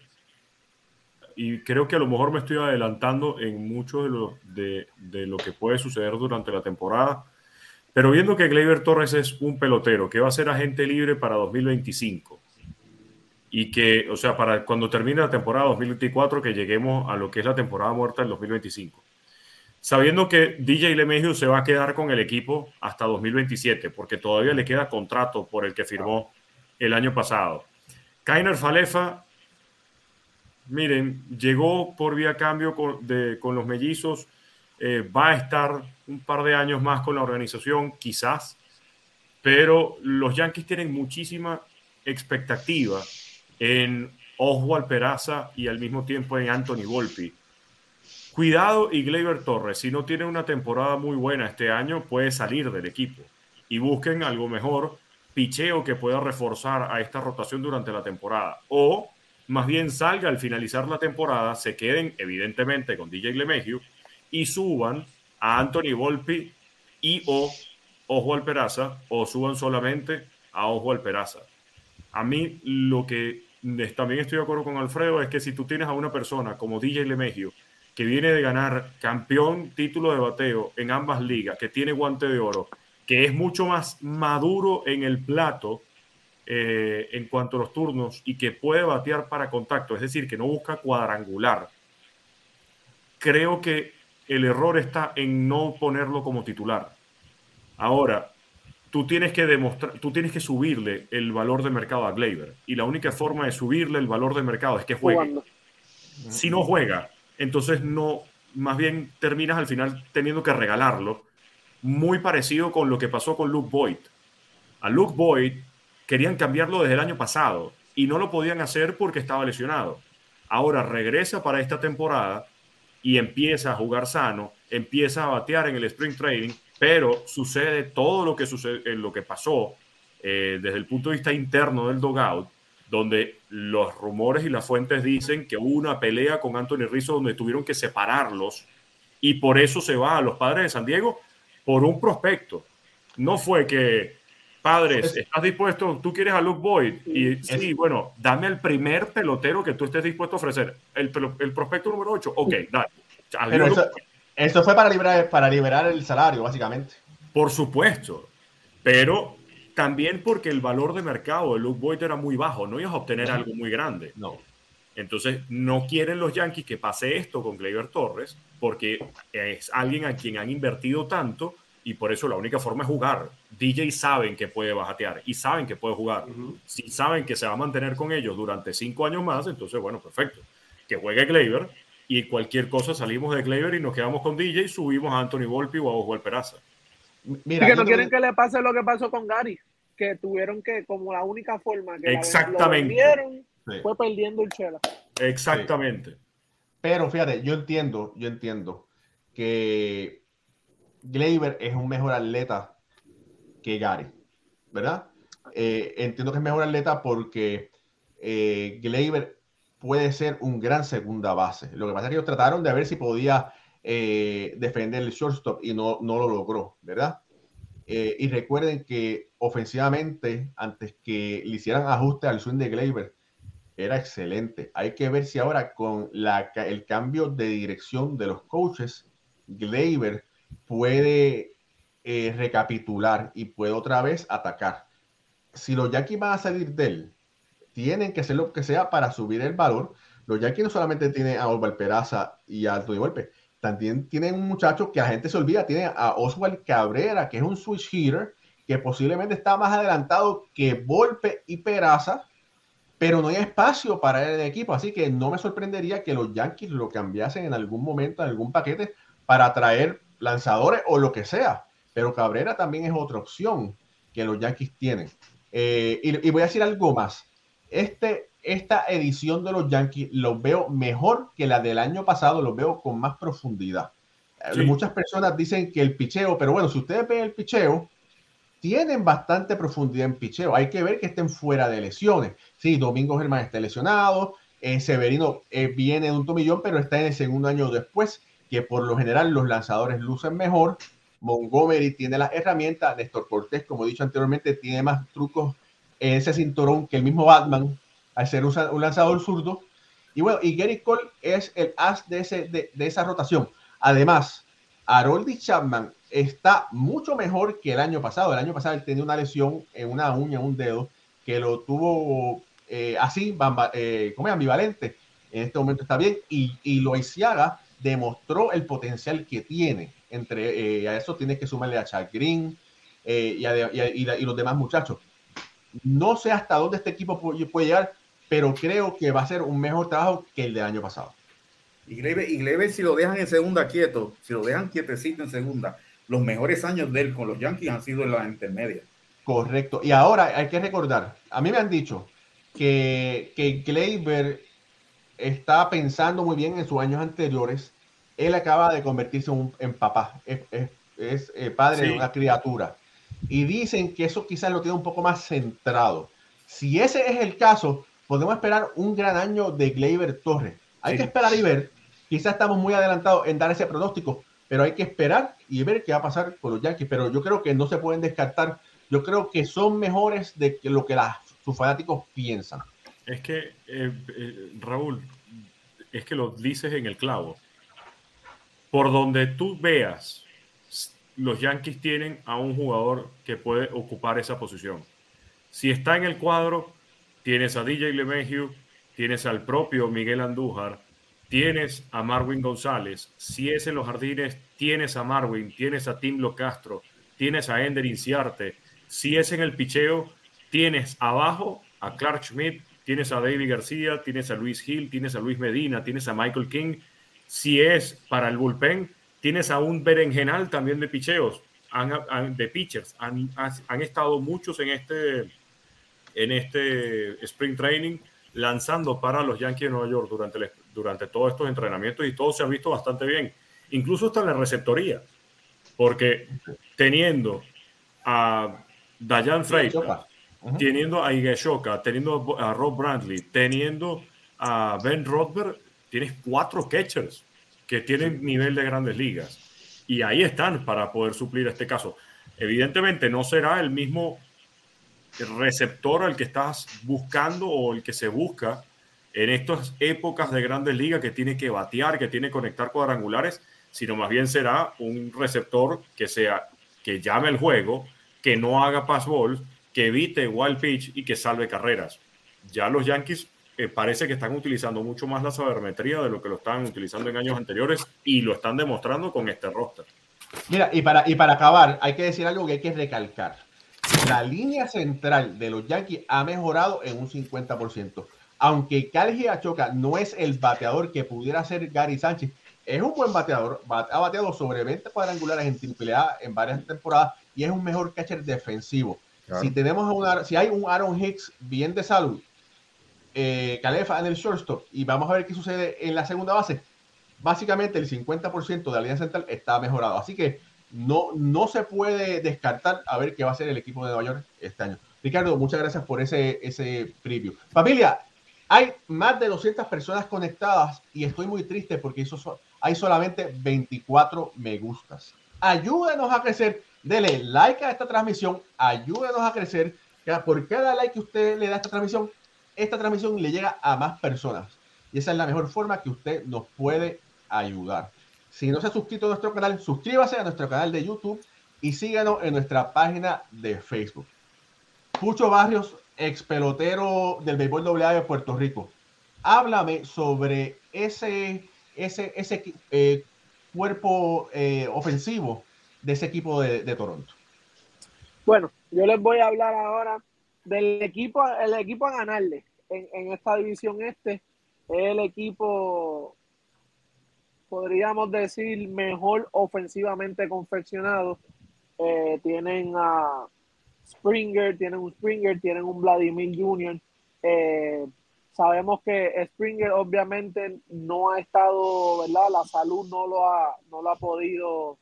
Speaker 4: y creo que a lo mejor me estoy adelantando en mucho de lo, de, de lo que puede suceder durante la temporada, pero viendo que Gleyber Torres es un pelotero que va a ser agente libre para dos mil veinticinco y que, o sea, para cuando termine la temporada dos mil veinticuatro, que lleguemos a lo que es la temporada muerta del dos mil veinticinco. Sabiendo que D J LeMahieu se va a quedar con el equipo hasta dos mil veintisiete, porque todavía le queda contrato por el que firmó el año pasado. Kiner Falefa, miren, llegó por vía cambio con, de, con los mellizos, eh, va a estar un par de años más con la organización, quizás, pero los Yankees tienen muchísima expectativa en Oswald Peraza y al mismo tiempo en Anthony Volpe. Cuidado y Gleyber Torres, si no tiene una temporada muy buena este año, puede salir del equipo y busquen algo mejor, picheo que pueda reforzar a esta rotación durante la temporada, o más bien salga al finalizar la temporada, se queden evidentemente con D J LeMahieu y suban a Anthony Volpe y o Oswald Peraza, o suban solamente a Oswald Peraza. A mí lo que también estoy de acuerdo con Alfredo es que si tú tienes a una persona como D J LeMahieu que viene de ganar campeón título de bateo en ambas ligas, que tiene guante de oro, que es mucho más maduro en el plato eh, en cuanto a los turnos y que puede batear para contacto, es decir, que no busca cuadrangular. Creo que el error está en no ponerlo como titular. Ahora, tú tienes que demostrar, tú tienes que subirle el valor de mercado a Gleyber, y la única forma de subirle el valor de mercado es que juegue. Jugando. Si no juega, entonces no, más bien terminas al final teniendo que regalarlo, muy parecido con lo que pasó con Luke Voit. A Luke Voit querían cambiarlo desde el año pasado y no lo podían hacer porque estaba lesionado. Ahora regresa para esta temporada y empieza a jugar sano, empieza a batear en el Spring Training, pero sucede todo lo que, sucede, lo que pasó eh, desde el punto de vista interno del dugout, donde los rumores y las fuentes dicen que hubo una pelea con Anthony Rizzo donde tuvieron que separarlos y por eso se va a los Padres de San Diego por un prospecto. No fue que, Padres, ¿estás dispuesto? ¿Tú quieres a Luke Voit? Y sí, bueno, dame el primer pelotero que tú estés dispuesto a ofrecer. El, el prospecto número ocho. Ok, dale.
Speaker 1: Pero eso, eso fue para liberar, para liberar el salario, básicamente.
Speaker 4: Por supuesto. Pero también porque el valor de mercado de Luke Voit era muy bajo, no ibas a obtener no. algo muy grande.
Speaker 1: No.
Speaker 4: Entonces, no quieren los Yankees que pase esto con Gleyber Torres, porque es alguien a quien han invertido tanto y por eso la única forma es jugar. D J saben que puede bajatear y saben que puede jugar. Uh-huh. Si saben que se va a mantener con ellos durante cinco años más, entonces, bueno, perfecto. Que juegue Gleyber y cualquier cosa salimos de Gleyber y nos quedamos con D J y subimos a Anthony Volpe o a Oswald Peraza.
Speaker 5: Mira, y que no quieren que... que le pase lo que pasó con Gary, que tuvieron que, como la única forma que
Speaker 4: Exactamente.
Speaker 5: La vendieron, sí. fue perdiendo el chela.
Speaker 4: Exactamente.
Speaker 1: Sí. Pero fíjate, yo entiendo, yo entiendo que Gleyber es un mejor atleta que Gary, ¿verdad? Eh, entiendo que es mejor atleta porque eh, Gleyber puede ser un gran segunda base. Lo que pasa es que ellos trataron de ver si podía eh, defender el shortstop y no, no lo logró, ¿verdad? Eh, y recuerden que ofensivamente, antes que le hicieran ajuste al swing de Gleyber, era excelente. Hay que ver si ahora con la, el cambio de dirección de los coaches, Gleyber puede eh, recapitular y puede otra vez atacar. Si los Yankees van a salir de él, tienen que hacer lo que sea para subir el valor. Los Yankees no solamente tienen a Oswald Peraza y a Anthony Volpe, también tienen un muchacho que la gente se olvida, tiene a Oswald Cabrera, que es un switch hitter, que posiblemente está más adelantado que Volpe y Peraza, pero no hay espacio para él en el equipo, así que no me sorprendería que los Yankees lo cambiasen en algún momento, en algún paquete, para traer lanzadores o lo que sea. Pero Cabrera también es otra opción que los Yankees tienen. Eh, y, y voy a decir algo más. Este, esta edición de los Yankees los veo mejor que la del año pasado, los veo con más profundidad. Sí. Muchas personas dicen que el picheo, pero bueno, si ustedes ven el picheo, tienen bastante profundidad en picheo. Hay que ver que estén fuera de lesiones. Sí, Domingo Germán está lesionado, eh, Severino eh, viene de un tomillón, pero está en el segundo año después, que por lo general los lanzadores lucen mejor. Montgomery tiene las herramientas, Néstor Cortés, como he dicho anteriormente, tiene más trucos en ese cinturón que el mismo Batman, al ser un, un lanzador zurdo. Y bueno, y Gary Cole es el as de, ese, de, de esa rotación. Además, Aroldis Chapman está mucho mejor que el año pasado. El año pasado él tenía una lesión en una uña, un dedo, que lo tuvo eh, así, bamba, eh, como ambivalente. En este momento está bien. Y, y Loaiziaga demostró el potencial que tiene. Entre eh, a eso tienes que sumarle a Chad Green eh, y, a, y, a, y, la, y los demás muchachos. No sé hasta dónde este equipo puede, puede llegar, pero creo que va a ser un mejor trabajo que el del año pasado.
Speaker 2: Y Gleyber, y Gleyber, si lo dejan en segunda quieto, si lo dejan quietecito en segunda, los mejores años de él con los Yankees han sido en la intermedia.
Speaker 1: Correcto. Y ahora hay que recordar, a mí me han dicho que, que Gleyber está pensando muy bien en sus años anteriores. Él acaba de convertirse en, un, en papá, es, es, es eh, padre sí. de una criatura. Y dicen que eso quizás lo tiene un poco más centrado. Si ese es el caso, podemos esperar un gran año de Gleyber Torres. Hay sí. que esperar y ver. Quizás estamos muy adelantados en dar ese pronóstico, pero hay que esperar y ver qué va a pasar con los Yankees. Pero yo creo que no se pueden descartar. Yo creo que son mejores de lo que las, sus fanáticos piensan.
Speaker 4: Es que, eh, eh, Raúl, es que lo dices en el clavo. Por donde tú veas, los Yankees tienen a un jugador que puede ocupar esa posición. Si está en el cuadro, tienes a D J LeMahieu, tienes al propio Miguel Andújar, tienes a Marwin González. Si es en los jardines, tienes a Marwin, tienes a Tim Locastro, tienes a Ender Inciarte. Si es en el picheo, tienes abajo a Clark Schmidt, tienes a David García, tienes a Luis Gil, tienes a Luis Medina, tienes a Michael King. Si es para el bullpen, tienes a un berenjenal también de picheos, han, han, de pitchers. Han, han estado muchos en este, en este Spring Training lanzando para los Yankees de Nueva York durante, el, durante todos estos entrenamientos y todo se ha visto bastante bien. Incluso hasta en la receptoría, porque teniendo a Dayan Freita, uh-huh. teniendo a Higashioka, teniendo a Rob Brantley, teniendo a Ben Rothberg, tienes cuatro catchers que tienen sí. nivel de grandes ligas y ahí están para poder suplir este caso. Evidentemente no será el mismo receptor al que estás buscando o el que se busca en estas épocas de grandes ligas, que tiene que batear, que tiene que conectar cuadrangulares, sino más bien será un receptor que sea, que llame el juego, que no haga pass ball, que evite wild pitch y que salve carreras. Ya los Yankees Eh, parece que están utilizando mucho más la sabermetría de lo que lo estaban utilizando en años anteriores y lo están demostrando con este roster.
Speaker 1: Mira, y para, y para acabar, hay que decir algo que hay que recalcar. La línea central de los Yankees ha mejorado en un cincuenta por ciento. Aunque Kyle Higashioka no es el bateador que pudiera ser Gary Sánchez, es un buen bateador, ha bateado sobre veinte cuadrangulares en triple A en varias temporadas y es un mejor catcher defensivo. Claro. Si tenemos una, si hay un Aaron Hicks bien de salud, Eh, Calefa en el shortstop y vamos a ver qué sucede en la segunda base, básicamente el cincuenta por ciento de la línea central está mejorado, así que no, no se puede descartar a ver qué va a ser el equipo de Nueva York este año. Ricardo, muchas gracias por ese, ese preview. Familia, hay más de doscientas personas conectadas y estoy muy triste porque eso, hay solamente veinticuatro me gustas. Ayúdenos a crecer, dele like a esta transmisión, ayúdenos a crecer, por cada like que usted le da a esta transmisión, esta transmisión le llega a más personas y esa es la mejor forma que usted nos puede ayudar. Si no se ha suscrito a nuestro canal, suscríbase a nuestro canal de YouTube y síganos en nuestra página de Facebook. Pucho Barrios, ex pelotero del béisbol doble A de Puerto Rico. Háblame sobre ese, ese, ese eh, cuerpo eh, ofensivo de ese equipo de, de Toronto.
Speaker 5: Bueno, yo les voy a hablar ahora del equipo, el equipo a ganarle en, en esta división este. Es el equipo, podríamos decir, mejor ofensivamente confeccionado. Eh, tienen a Springer, tienen un Springer, tienen un Vladimir junior Eh, sabemos que Springer obviamente no ha estado, ¿verdad? La salud no lo ha, no lo ha podido,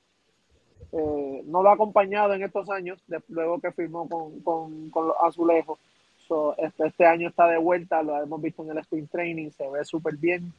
Speaker 5: eh, no lo ha acompañado en estos años, de, luego que firmó con, con, con los Azulejos. So, este, este año está de vuelta, lo hemos visto en el Spring Training, se ve súper bien.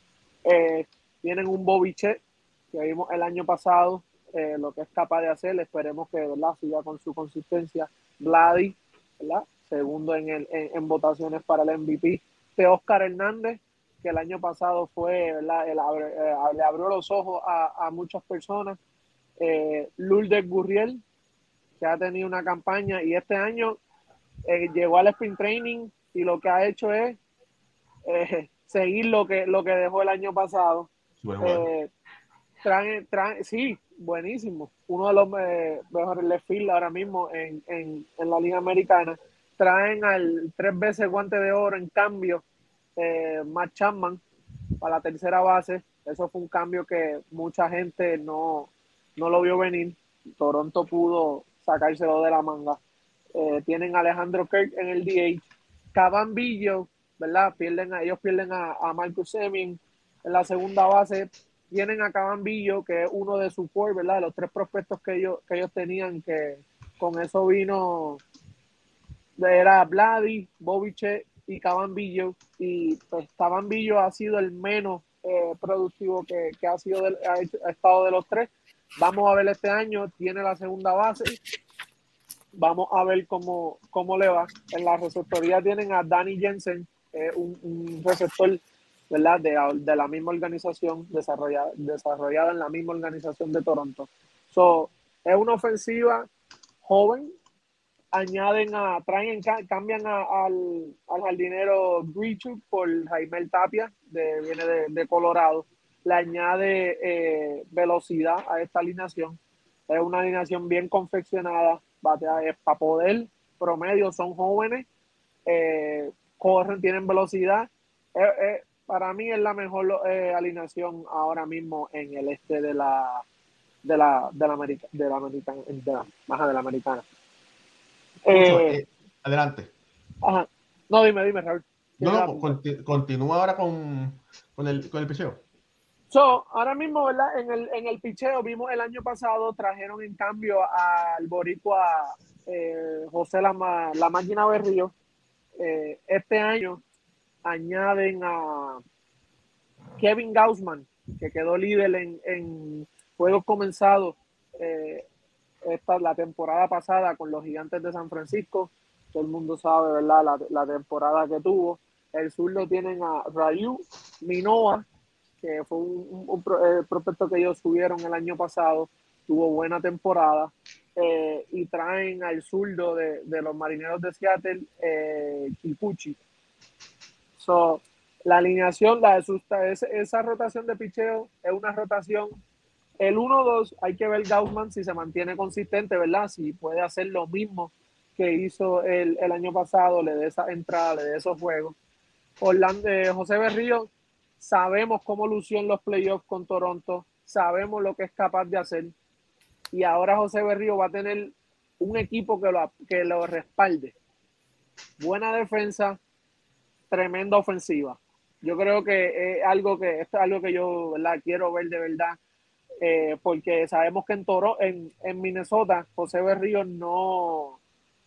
Speaker 5: Eh, tienen un Bobichet que vimos el año pasado, eh, lo que es capaz de hacer, esperemos que, ¿verdad?, siga con su consistencia. Vladi, ¿verdad?, segundo en, el, en, en votaciones para el M V P. De Oscar Hernández, que el año pasado fue, ¿verdad?, el, eh, le abrió los ojos a, a muchas personas. Eh, Lourdes Gurriel, que ha tenido una campaña y este año eh, llegó al Spring Training y lo que ha hecho es eh, seguir lo que, lo que dejó el año pasado. Eh, traen, traen, sí, buenísimo. Uno de los eh, mejores left field ahora mismo en, en, en la Liga Americana. Traen al tres veces guante de oro en cambio, eh, Matt Chapman, para la tercera base. Eso fue un cambio que mucha gente no, no lo vio venir. Toronto pudo sacárselo de la manga. Eh, tienen a Alejandro Kirk en el D H. Cavan Biggio, ¿verdad? Pierden a, ellos pierden a, a Marcus Semien en la segunda base. Tienen a Cavan Biggio, que es uno de su core, ¿verdad? Los tres prospectos que ellos, que ellos tenían, que con eso vino, era Vladi, Bobichet y Cavan Biggio. Y pues Cavan Biggio ha sido el menos eh, productivo que, que ha, sido del, ha, hecho, ha estado de los tres. Vamos a ver este año, tiene la segunda base. Vamos a ver cómo, cómo le va. En la receptoría tienen a Danny Jensen, eh, un, un receptor, ¿verdad?, de, de la misma organización, desarrollada, desarrollada en la misma organización de Toronto. So, es una ofensiva joven. Añaden a, traen, cambian a, al, al jardinero Grichuk por Jaimel Tapia, de, viene de, de Colorado. Le añade eh, velocidad a esta alineación. Es una alineación bien confeccionada. Batea, es para poder promedio, son jóvenes, eh, corren, tienen velocidad. Eh, eh, para mí es la mejor eh, alineación ahora mismo en el este de la de la de la América de la americana de la, baja de la americana.
Speaker 1: Eh, eh, adelante.
Speaker 5: Ajá. No, dime, dime, Raúl.
Speaker 1: No, no, continu continúa ahora con, con el con el picheo.
Speaker 5: So, ahora mismo, ¿verdad? En el, en el picheo vimos el año pasado, trajeron en cambio al boricua eh, José La, La Máquina Berrío. Eh, este año añaden a Kevin Gausman, que quedó líder en, en juegos comenzados eh, esta, la temporada pasada con los Gigantes de San Francisco. Todo el mundo sabe, ¿verdad?, la, la temporada que tuvo. El sur lo tienen a Ryu Minoa, que fue un, un, un pro, eh, prospecto que ellos subieron el año pasado, tuvo buena temporada, eh, y traen al zurdo de, de los Marineros de Seattle, eh, Kikuchi. So, la alineación, la asusta, esa, esa rotación de picheo es una rotación. El uno dos, hay que ver Gausman si se mantiene consistente, ¿verdad? Si puede hacer lo mismo que hizo el, el año pasado, le dé esa entrada, le dé esos juegos. Orlando, eh, José Berrío, sabemos cómo lució en los playoffs con Toronto, sabemos lo que es capaz de hacer, y ahora José Berrío va a tener un equipo que lo, que lo respalde. Buena defensa, tremenda ofensiva. Yo creo que es algo que, esto es algo que yo, ¿verdad?, quiero ver de verdad, eh, porque sabemos que en, Toro, en, en Minnesota José Berrío no...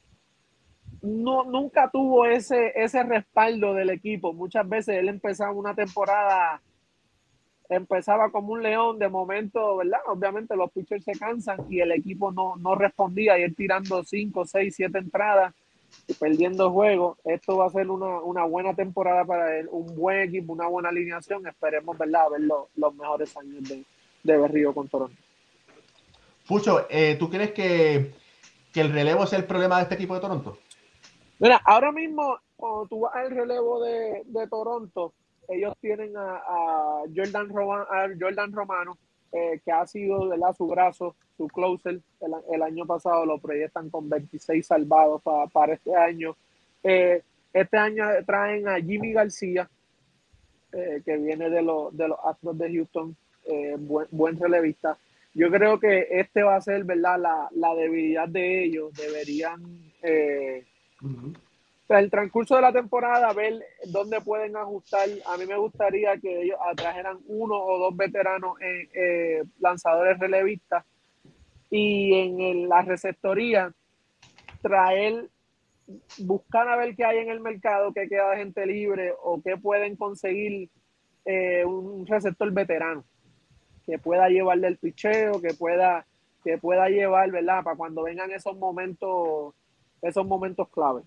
Speaker 5: No, nunca tuvo ese, ese respaldo del equipo. Muchas veces él empezaba una temporada, empezaba como un león, de momento, ¿verdad? Obviamente los pitchers se cansan y el equipo no, no respondía, y él tirando cinco, seis, siete entradas y perdiendo juego. Esto va a ser una, una buena temporada para él, un buen equipo, una buena alineación. Esperemos, ¿verdad?, ver los, los mejores años de, de Berrío con Toronto.
Speaker 1: Pucho, eh, ¿tú crees que, que el relevo es el problema de este equipo de Toronto?
Speaker 5: Mira, ahora mismo, cuando tú vas al relevo de, de Toronto, ellos tienen a, a, Jordan, Roman, a Jordan Romano, eh, que ha sido, ¿verdad?, su brazo, su closer. El, el año pasado lo proyectan con veintiséis salvados pa, para este año. Eh, este año traen a Jimmy García, eh, que viene de, lo, de los Astros de Houston, eh, buen, buen relevista. Yo creo que este va a ser, ¿verdad?, la, la debilidad de ellos. Deberían... Eh,
Speaker 3: Uh-huh.
Speaker 5: el transcurso de la temporada, ver dónde pueden ajustar. A mí me gustaría que ellos atrajeran uno o dos veteranos en, eh, lanzadores relevistas y en el, la receptoría traer, buscar a ver qué hay en el mercado, qué queda de gente libre o qué pueden conseguir eh, un receptor veterano que pueda llevarle el picheo, que pueda, que pueda llevar, ¿verdad?, para cuando vengan esos momentos, esos momentos clave.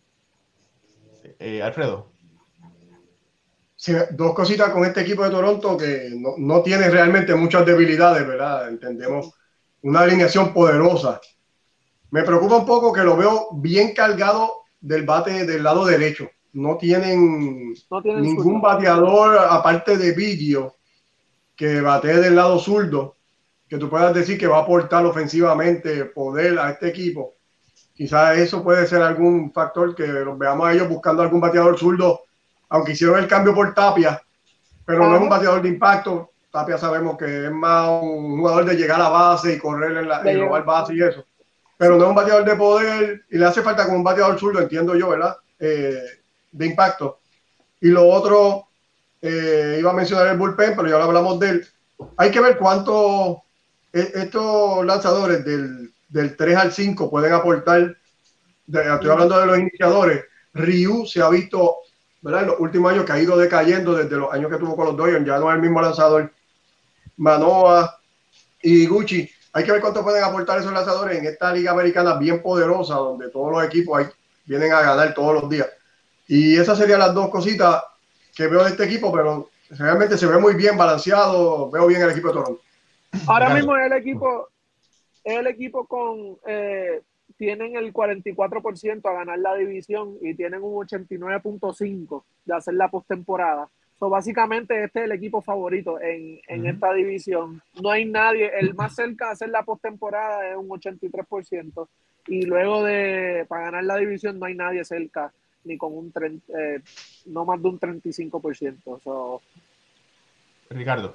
Speaker 1: Eh, Alfredo.
Speaker 3: Sí, dos cositas con este equipo de Toronto que no, no tiene realmente muchas debilidades, ¿verdad? Entendemos una alineación poderosa. Me preocupa un poco que lo veo bien cargado del bate del lado derecho. No tienen,
Speaker 5: no tienen
Speaker 3: ningún
Speaker 5: zurdo.
Speaker 3: bateador, aparte de Biggio, que batee del lado zurdo, que tú puedas decir que va a aportar ofensivamente poder a este equipo. Quizás eso puede ser algún factor que los veamos a ellos buscando algún bateador zurdo, aunque hicieron el cambio por Tapia, pero Ajá. no es un bateador de impacto. Tapia sabemos que es más un jugador de llegar a base y correr en la, y robar base y eso. Pero no es un bateador de poder y le hace falta como un bateador zurdo, entiendo yo, ¿verdad? Eh, de impacto. Y lo otro, eh, iba a mencionar el bullpen, pero ya lo hablamos de él. Hay que ver cuánto estos lanzadores del, del tres al cinco pueden aportar. De, estoy hablando de los iniciadores. Ryu se ha visto, ¿verdad?, en los últimos años que ha ido decayendo desde los años que tuvo con los Dodgers, ya no es el mismo lanzador. Manoah y Gucci, hay que ver cuánto pueden aportar esos lanzadores en esta liga americana bien poderosa, donde todos los equipos ahí vienen a ganar todos los días. Y esas serían las dos cositas que veo de este equipo, pero realmente se ve muy bien balanceado, veo bien el equipo de Toronto.
Speaker 5: Ahora Gracias. mismo el equipo, el equipo con eh, tienen el cuarenta y cuatro por ciento a ganar la división y tienen un ochenta y nueve punto cinco de hacer la postemporada. So, básicamente este es el equipo favorito en, en uh-huh. esta división. No hay nadie, el más cerca de hacer la postemporada es un ochenta y tres por ciento y luego de para ganar la división no hay nadie cerca ni con un treinta, eh, no más de un treinta y cinco por ciento. So,
Speaker 1: Ricardo.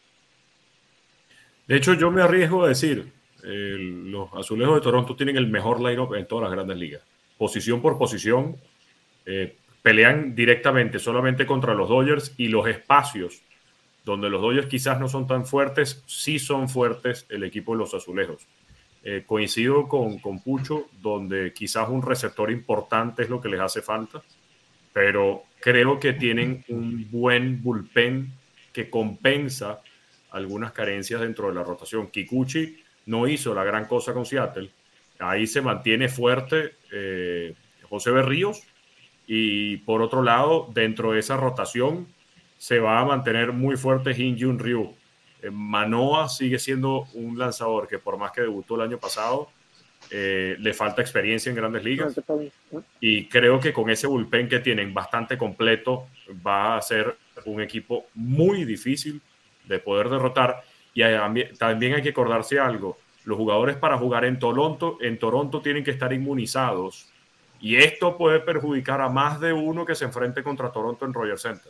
Speaker 4: De hecho, yo me arriesgo a decir, eh, los Azulejos de Toronto tienen el mejor line-up en todas las grandes ligas. Posición por posición, eh, pelean directamente solamente contra los Dodgers y los espacios donde los Dodgers quizás no son tan fuertes, sí son fuertes el equipo de los Azulejos. Eh, coincido con, con Pucho, donde quizás un receptor importante es lo que les hace falta, pero creo que tienen un buen bullpen que compensa algunas carencias dentro de la rotación. Kikuchi no hizo la gran cosa con Seattle. Ahí se mantiene fuerte eh, José Berríos y por otro lado, dentro de esa rotación se va a mantener muy fuerte Hyun-Jin Ryu. Eh, Manoah sigue siendo un lanzador que por más que debutó el año pasado, eh, le falta experiencia en grandes ligas y creo que con ese bullpen que tienen bastante completo va a ser un equipo muy difícil de poder derrotar. Y también hay que acordarse algo, los jugadores para jugar en Toronto, en Toronto tienen que estar inmunizados y esto puede perjudicar a más de uno que se enfrente contra Toronto en Rogers Center.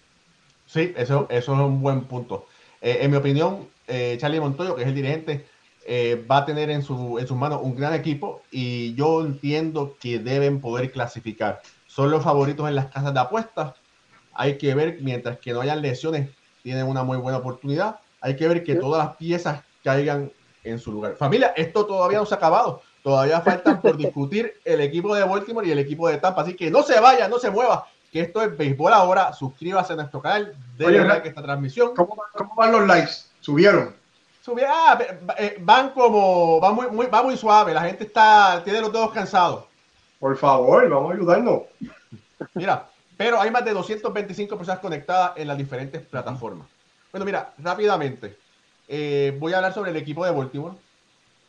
Speaker 1: Sí, eso, eso es un buen punto. Eh, en mi opinión, eh, Charlie Montoyo, que es el dirigente, eh, va a tener en, su, en sus manos un gran equipo y yo entiendo que deben poder clasificar. Son los favoritos en las casas de apuestas. Hay que ver, mientras que no hayan lesiones, tienen una muy buena oportunidad. Hay que ver que todas las piezas caigan en su lugar. Familia, esto todavía no se ha acabado. Todavía faltan por discutir el equipo de Baltimore y el equipo de Tampa. Así que no se vaya, no se mueva, que esto es Béisbol Ahora. Suscríbase a nuestro canal, denle like a esta transmisión.
Speaker 3: ¿Cómo, ¿Cómo van los likes? ¿Subieron?
Speaker 1: Subieron. Ah, van como, va muy, muy, va muy suave. La gente está, tiene los dedos cansados.
Speaker 3: Por favor, vamos a ayudarnos.
Speaker 1: Mira, pero hay más de doscientas veinticinco personas conectadas en las diferentes plataformas. Bueno, mira, rápidamente, eh, voy a hablar sobre el equipo de Baltimore.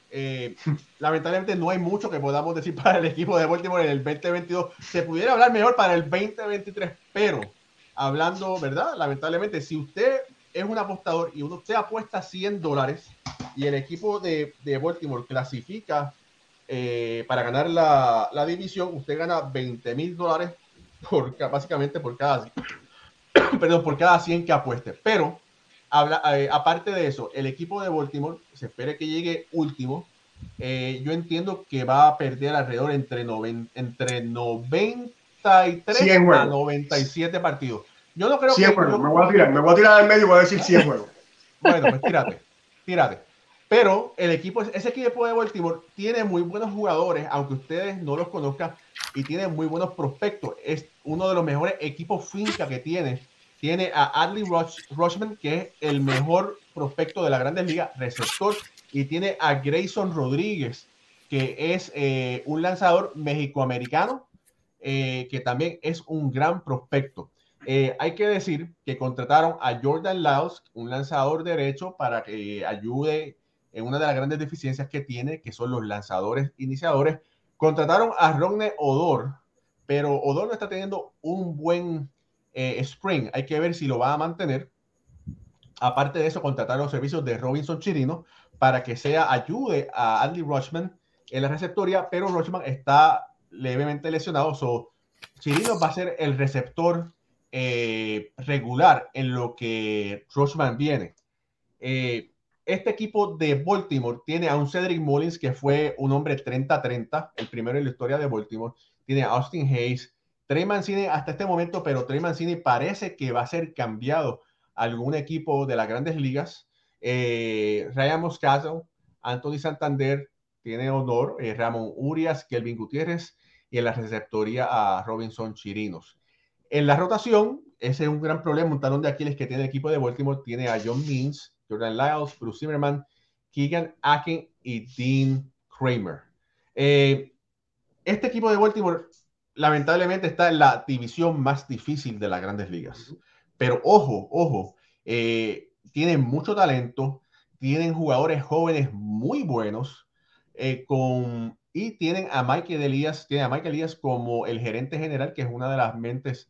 Speaker 1: Eh, lamentablemente no hay mucho que podamos decir para el equipo de Baltimore en el veinte veintidós. Se pudiera hablar mejor para el veinte veintitrés, pero hablando, ¿verdad? Lamentablemente, si usted es un apostador y usted apuesta cien dólares y el equipo de, de Baltimore clasifica eh, para ganar la, la división, usted gana veinte mil dólares por, básicamente por cada, perdón, por cada cien que apueste. Pero habla, eh, aparte de eso, el equipo de Baltimore se espera que llegue último. Eh, yo entiendo que va a perder alrededor entre, noven, entre noventa y tres a noventa y siete partidos. Yo no creo
Speaker 3: cien
Speaker 1: que...
Speaker 3: juegos.
Speaker 1: Yo,
Speaker 3: me voy a tirar, me voy a tirar al medio y voy a decir cien juegos.
Speaker 1: Bueno, pues tírate, tírate. Pero el equipo, ese equipo de Baltimore tiene muy buenos jugadores, aunque ustedes no los conozcan, y tiene muy buenos prospectos. Es uno de los mejores equipos finca que tiene. Tiene a Adley Rush, Rushman, que es el mejor prospecto de la Grandes Ligas, receptor, y tiene a Grayson Rodríguez, que es eh, un lanzador mexicoamericano, eh, que también es un gran prospecto. Eh, hay que decir que contrataron a Jordan Lyles, un lanzador derecho, para que ayude en una de las grandes deficiencias que tiene, que son los lanzadores iniciadores. Contrataron a Ronnie Odor, pero Odor no está teniendo un buen eh, spring. Hay que ver si lo va a mantener. Aparte de eso, contrataron los servicios de Robinson Chirino para que sea ayude a Adley Rutschman en la receptoría, pero Rutschman está levemente lesionado. So, Chirino va a ser el receptor eh, regular en lo que Rutschman viene. Eh, este equipo de Baltimore tiene a un Cedric Mullins, que fue un hombre treinta treinta, el primero en la historia de Baltimore. Tiene a Austin Hayes, Trey Mancini hasta este momento, pero Trey Mancini parece que va a ser cambiado a algún equipo de las grandes ligas. Eh, Ryan Moscato, Anthony Santander, tiene honor, eh, Ramón Urias, Kelvin Gutiérrez, y en la receptoría a Robinson Chirinos. En la rotación, ese es un gran problema, un talón de Aquiles que tiene el equipo de Baltimore. Tiene a John Means, Jordan Lyles, Bruce Zimmerman, Keegan Akin y Dean Kramer. Eh, este equipo de Baltimore lamentablemente está en la división más difícil de las grandes ligas. Pero ojo, ojo, eh, tienen mucho talento, tienen jugadores jóvenes muy buenos, eh, con, y tienen a Michael Elias, tienen a Michael Elias como el gerente general, que es una de las mentes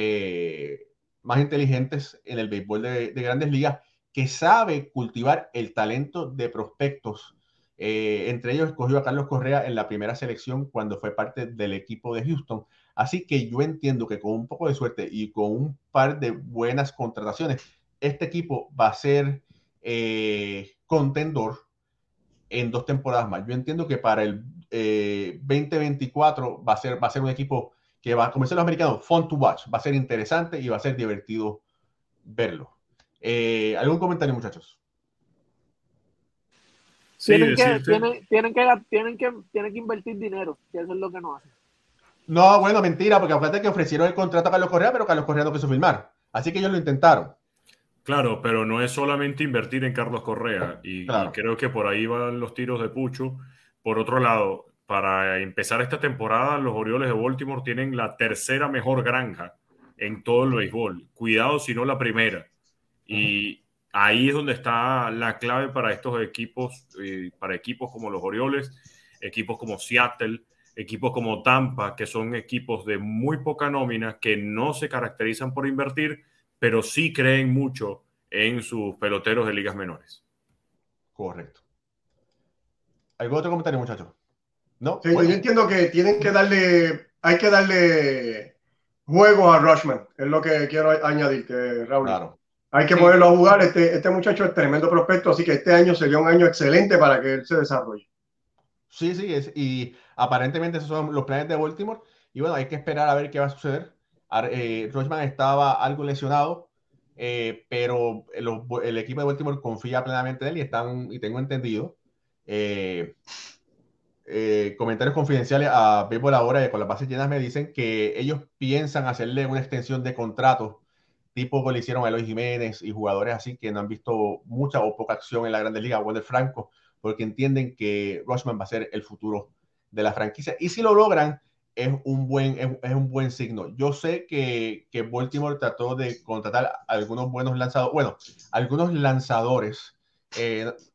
Speaker 1: eh, más inteligentes en el béisbol de, de grandes ligas, que sabe cultivar el talento de prospectos. Eh, entre ellos escogió a Carlos Correa en la primera selección cuando fue parte del equipo de Houston. Así que yo entiendo que con un poco de suerte y con un par de buenas contrataciones, este equipo va a ser eh, contendor en dos temporadas más. Yo entiendo que para el eh, veinte veinticuatro va a ser, va a ser un equipo que va, como dicen los americanos, fun to watch. Va a ser interesante y va a ser divertido verlo. Eh, ¿Algún comentario, muchachos?
Speaker 5: Sí, tienen, que, tienen, tienen, que, tienen, que, tienen que invertir dinero, que eso es lo que no hacen.
Speaker 1: No, bueno, mentira, porque acuérdate que ofrecieron el contrato a Carlos Correa, pero Carlos Correa no quiso firmar. Así que ellos lo intentaron.
Speaker 4: Claro, pero no es solamente invertir en Carlos Correa. Y, claro. y creo que por ahí van los tiros de Pucho. Por otro lado, para empezar esta temporada, los Orioles de Baltimore tienen la tercera mejor granja en todo el béisbol. Cuidado si no la primera. Y uh-huh. ahí es donde está la clave para estos equipos, eh, para equipos como los Orioles, equipos como Seattle, equipos como Tampa, que son equipos de muy poca nómina, que no se caracterizan por invertir, pero sí creen mucho en sus peloteros de ligas menores.
Speaker 1: Correcto. ¿Algún otro comentario, muchachos? ¿No?
Speaker 3: Sí, bueno. Yo entiendo que tienen que darle, hay que darle juego a Rutschman, es lo que quiero añadir, que Raúl.
Speaker 1: Claro.
Speaker 3: Hay que
Speaker 1: sí.
Speaker 3: ponerlo a jugar. Este, este muchacho es tremendo prospecto, así que este año sería un año excelente para que él se desarrolle.
Speaker 1: Sí, sí, es, y aparentemente esos son los planes de Baltimore. Y bueno, hay que esperar a ver qué va a suceder. Eh, Rutschman estaba algo lesionado, eh, pero el, el equipo de Baltimore confía plenamente en él y, están, y tengo entendido. Eh, eh, comentarios confidenciales a Béisbol Ahora y con las bases llenas me dicen que ellos piensan hacerle una extensión de contrato tipo que le hicieron a Eloy Jiménez y jugadores así que no han visto mucha o poca acción en la Grandes Ligas, Wander Franco, porque entienden que Rutschman va a ser el futuro de la franquicia. Y si lo logran, es un buen, es, es un buen signo. Yo sé que, que Baltimore trató de contratar algunos buenos lanzadores, bueno, algunos lanzadores. Eh,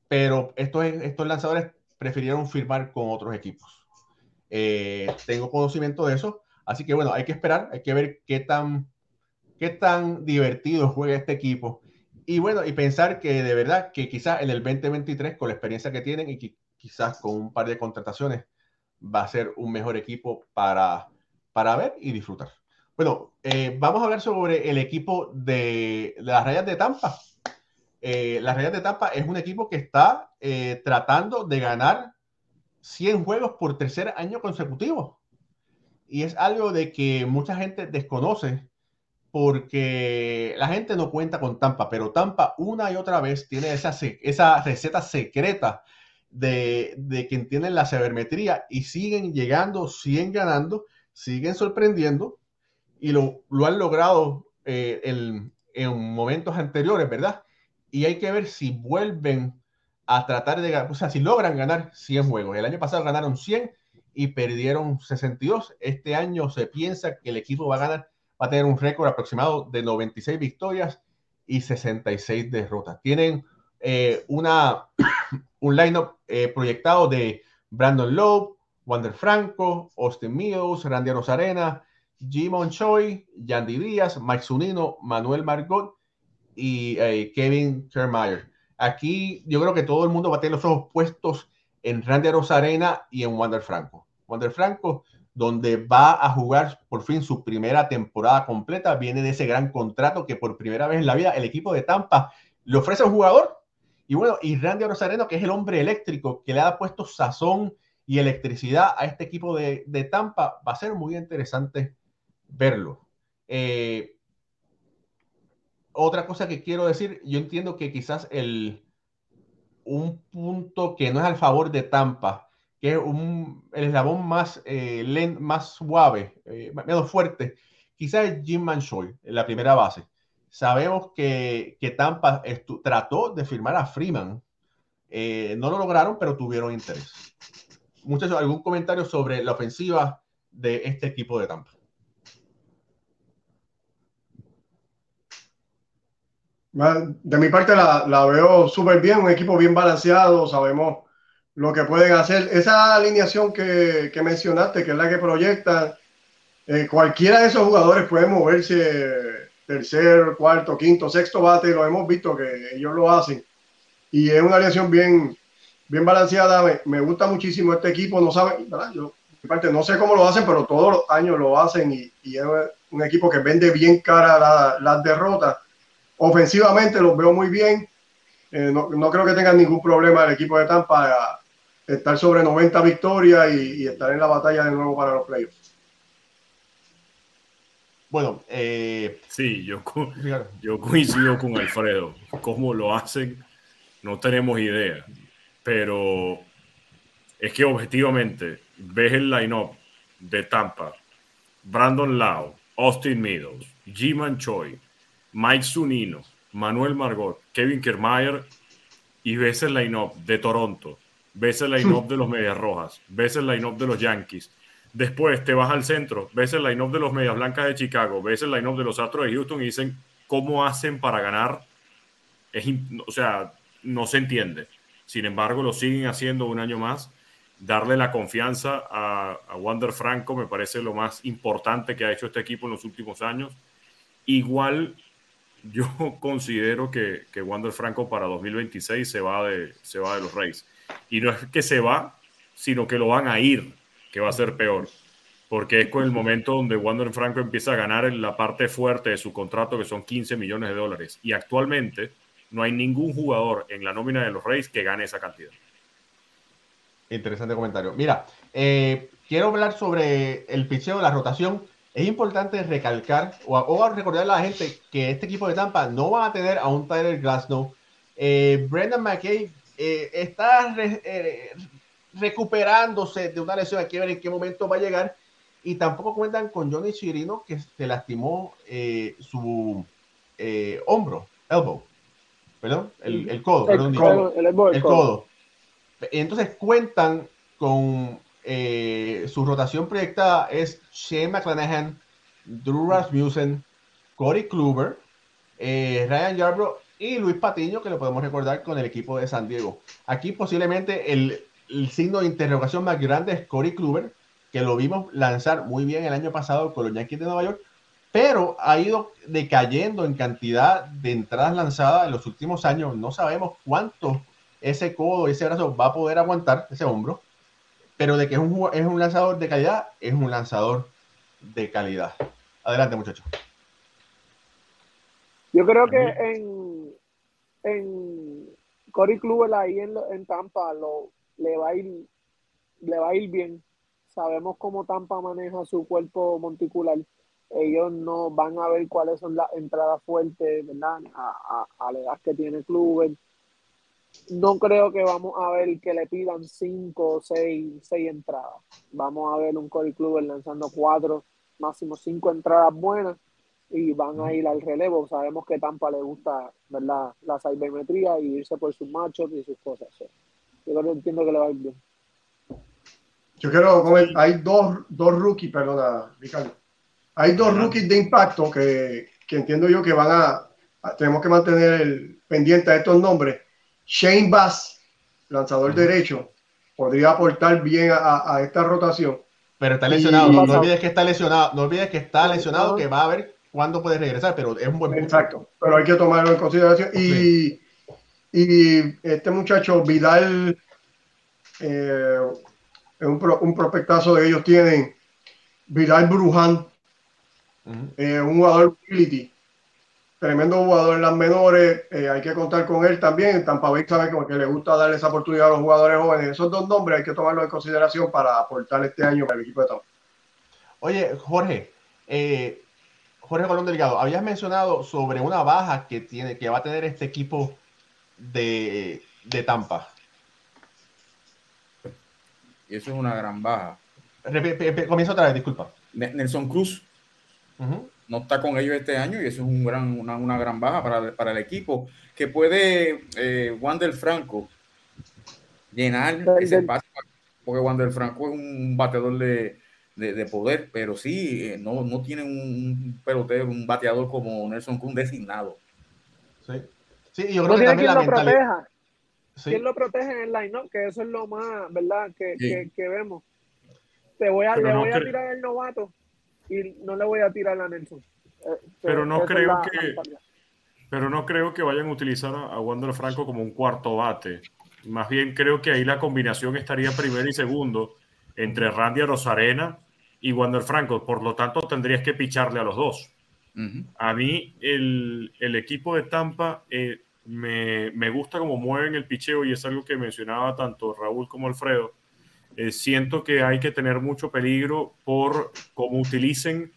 Speaker 1: pero estos, estos lanzadores prefirieron firmar con otros equipos. Eh, tengo conocimiento de eso, así que bueno, hay que esperar, hay que ver qué tan, qué tan divertido juega este equipo. Y bueno, y pensar que de verdad que quizás en el veinte veintitrés, con la experiencia que tienen y que quizás con un par de contrataciones, va a ser un mejor equipo para, para ver y disfrutar. Bueno, eh, vamos a hablar sobre el equipo de, de las Rayas de Tampa. Eh, las Rayas de Tampa es un equipo que está eh, tratando de ganar cien juegos por tercer año consecutivo. Y es algo de que mucha gente desconoce porque la gente no cuenta con Tampa, pero Tampa una y otra vez tiene esa, esa receta secreta de, de quien tiene la sabermetría y siguen llegando, siguen ganando, siguen sorprendiendo y lo, lo han logrado eh, en, en momentos anteriores, ¿verdad? Y hay que ver si vuelven a tratar de ganar, o sea, si logran ganar cien juegos. El año pasado ganaron cien y perdieron sesenta y dos. Este año se piensa que el equipo va a ganar, va a tener un récord aproximado de noventa y seis victorias y sesenta y seis derrotas. Tienen eh, una, un lineup eh, proyectado de Brandon Lowe, Wander Franco, Austin Meadows, Randy Arozarena, Ji-Man Choi, Yandy Díaz, Mike Zunino, Manuel Margot y eh, Kevin Kiermaier. Aquí yo creo que todo el mundo va a tener los ojos puestos en Randy Arozarena y en Wander Franco. Wander Franco, donde va a jugar por fin su primera temporada completa, viene de ese gran contrato que por primera vez en la vida el equipo de Tampa le ofrece a un jugador. Y bueno, y Randy Arozarena, que es el hombre eléctrico que le ha puesto sazón y electricidad a este equipo de, de Tampa, va a ser muy interesante verlo. Eh, otra cosa que quiero decir, yo entiendo que quizás el, un punto que no es al favor de Tampa, que es un, el eslabón más, eh, lent, más suave, eh, menos fuerte, quizás es Ji-Man Choi en la primera base. Sabemos que, que Tampa trató de firmar a Freeman, eh, no lo lograron, pero tuvieron interés. Muchachos, ¿algún comentario sobre la ofensiva de este equipo de Tampa?
Speaker 3: De mi parte la, la veo súper bien, un equipo bien balanceado, sabemos lo que pueden hacer. Esa alineación que, que mencionaste, que es la que proyectan, eh, cualquiera de esos jugadores puede moverse tercer, cuarto, quinto, sexto bate, lo hemos visto que ellos lo hacen. Y es una alineación bien, bien balanceada, me, me gusta muchísimo este equipo, no saben, ¿verdad? Yo, de mi parte, no sé cómo lo hacen, pero todos los años lo hacen y, y es un equipo que vende bien cara la, las derrotas. Ofensivamente los veo muy bien. Eh, no, no creo que tengan ningún problema el equipo de Tampa a estar sobre noventa victorias y, y estar en la batalla de nuevo para los playoffs.
Speaker 1: Bueno, eh,
Speaker 4: sí, yo, yo coincido con Alfredo. Cómo lo hacen, no tenemos idea. Pero es que objetivamente ves el line-up de Tampa: Brandon Lowe, Austin Meadows, Ji-Man Choi, Mike Zunino, Manuel Margot, Kevin Kiermaier, y ves el line-up de Toronto, ves el line-up de los Medias Rojas, ves el line-up de los Yankees. Después te vas al centro, ves el line-up de los Medias Blancas de Chicago, ves el line-up de los Astros de Houston y dicen, ¿cómo hacen para ganar? Es, o sea, no se entiende. Sin embargo, lo siguen haciendo un año más. Darle la confianza a, a Wander Franco me parece lo más importante que ha hecho este equipo en los últimos años. Igual yo considero que, que Wander Franco para dos mil veintiséis se va, de, se va de los Rays. Y no es que se va, sino que lo van a ir, que va a ser peor. Porque es con el momento donde Wander Franco empieza a ganar en la parte fuerte de su contrato, que son quince millones de dólares. Y actualmente no hay ningún jugador en la nómina de los Rays que gane esa cantidad.
Speaker 1: Interesante comentario. Mira, eh, quiero hablar sobre el picheo, la rotación. Es importante recalcar o, o recordarle a la gente que este equipo de Tampa no va a tener a un Tyler Glasnow. Eh, Brendan McKay eh, está re, eh, recuperándose de una lesión. Hay que ver en qué momento va a llegar. Y tampoco cuentan con Johnny Chirino, que se lastimó eh, su eh, hombro, elbow, perdón, el, el codo,
Speaker 5: el,
Speaker 1: perdón,
Speaker 5: codo, el, elbow, el,
Speaker 1: el
Speaker 5: codo.
Speaker 1: codo. Entonces cuentan con eh, su rotación proyectada es Shane McClanahan, Drew Rasmussen, Corey Kluber, eh, Ryan Yarbrough y Luis Patiño, que lo podemos recordar con el equipo de San Diego. Aquí posiblemente el, el signo de interrogación más grande es Corey Kluber, que lo vimos lanzar muy bien el año pasado con los Yankees de Nueva York, pero ha ido decayendo en cantidad de entradas lanzadas en los últimos años. No sabemos cuánto ese codo, ese brazo va a poder aguantar, ese hombro, pero de que es un, es un lanzador de calidad, es un lanzador de calidad. Adelante, muchachos.
Speaker 5: Yo creo que en, en Corey Kluber ahí en, en Tampa lo, le va a ir le va a ir bien. Sabemos cómo Tampa maneja su cuerpo monticular. Ellos no van a ver cuáles son las entradas fuertes, ¿verdad? A, a, a la edad que tiene Kluber. No creo que vamos a ver que le pidan cinco o seis, seis entradas. Vamos a ver un Corey Kluber lanzando cuatro, máximo cinco entradas buenas y van a ir al relevo. Sabemos que Tampa le gusta, ¿verdad?, la sabermetría y irse por sus machos y sus cosas. Yo creo que entiendo que le va a ir bien.
Speaker 3: Yo quiero comer, hay dos, dos rookies, perdona, Ricardo. Hay dos rookies de impacto que, que entiendo yo que van a, a tenemos que mantener el, pendiente a estos nombres. Shane Bass, lanzador uh-huh. derecho, podría aportar bien a, a esta rotación.
Speaker 1: Pero está lesionado, y, no, no olvides que está lesionado, no olvides que está lesionado, que va a ver cuándo puede regresar, pero es un buen punto.
Speaker 3: Exacto, pero hay que tomarlo en consideración. Y, sí. y este muchacho, Vidal, eh, un, pro, un prospectazo de ellos tienen, Vidal Bruján, uh-huh. eh, un jugador utility, tremendo jugador en las menores, eh, hay que contar con él también. Tampa Bay sabe que le gusta darle esa oportunidad a los jugadores jóvenes. Esos dos nombres hay que tomarlos en consideración para aportar este año para el equipo de Tampa.
Speaker 1: Oye, Jorge, eh, Jorge Colón Delgado, habías mencionado sobre una baja que tiene, que va a tener este equipo de, de Tampa.
Speaker 2: Y eso es una gran baja.
Speaker 1: Comienza otra vez, disculpa.
Speaker 2: Nelson Cruz. Uh-huh. No está con ellos este año y eso es un gran, una, una gran baja para, para el equipo, que puede eh, Wander Franco llenar sí, ese espacio, porque Wander Franco es un bateador de, de, de poder, pero sí, eh, no, no tiene un pelotero, un bateador como Nelson Cruz designado.
Speaker 1: Sí, sí, yo creo
Speaker 5: no
Speaker 1: que
Speaker 5: tiene
Speaker 1: también
Speaker 5: quien
Speaker 1: la
Speaker 5: lo
Speaker 1: mentalidad...
Speaker 5: proteja.
Speaker 1: Sí.
Speaker 5: ¿Quién lo protege en el line-up? Que eso es lo más, ¿verdad? Que,
Speaker 2: sí.
Speaker 5: que, que vemos. Te voy a, le
Speaker 4: no
Speaker 5: voy
Speaker 4: cre-
Speaker 5: a tirar al novato y no le voy a tirar a Nelson. Eh,
Speaker 4: pero no creo
Speaker 5: la,
Speaker 4: que
Speaker 5: la
Speaker 4: pero no creo que vayan a utilizar a, a Wander Franco como un cuarto bate. Más bien creo que ahí la combinación estaría primero y segundo entre Randy Arozarena y Wander Franco. Por lo tanto, tendrías que picharle a los dos. Uh-huh. A mí el, el equipo de Tampa eh, me, me gusta cómo mueven el picheo y es algo que mencionaba tanto Raúl como Alfredo. Eh, siento que hay que tener mucho peligro por cómo utilicen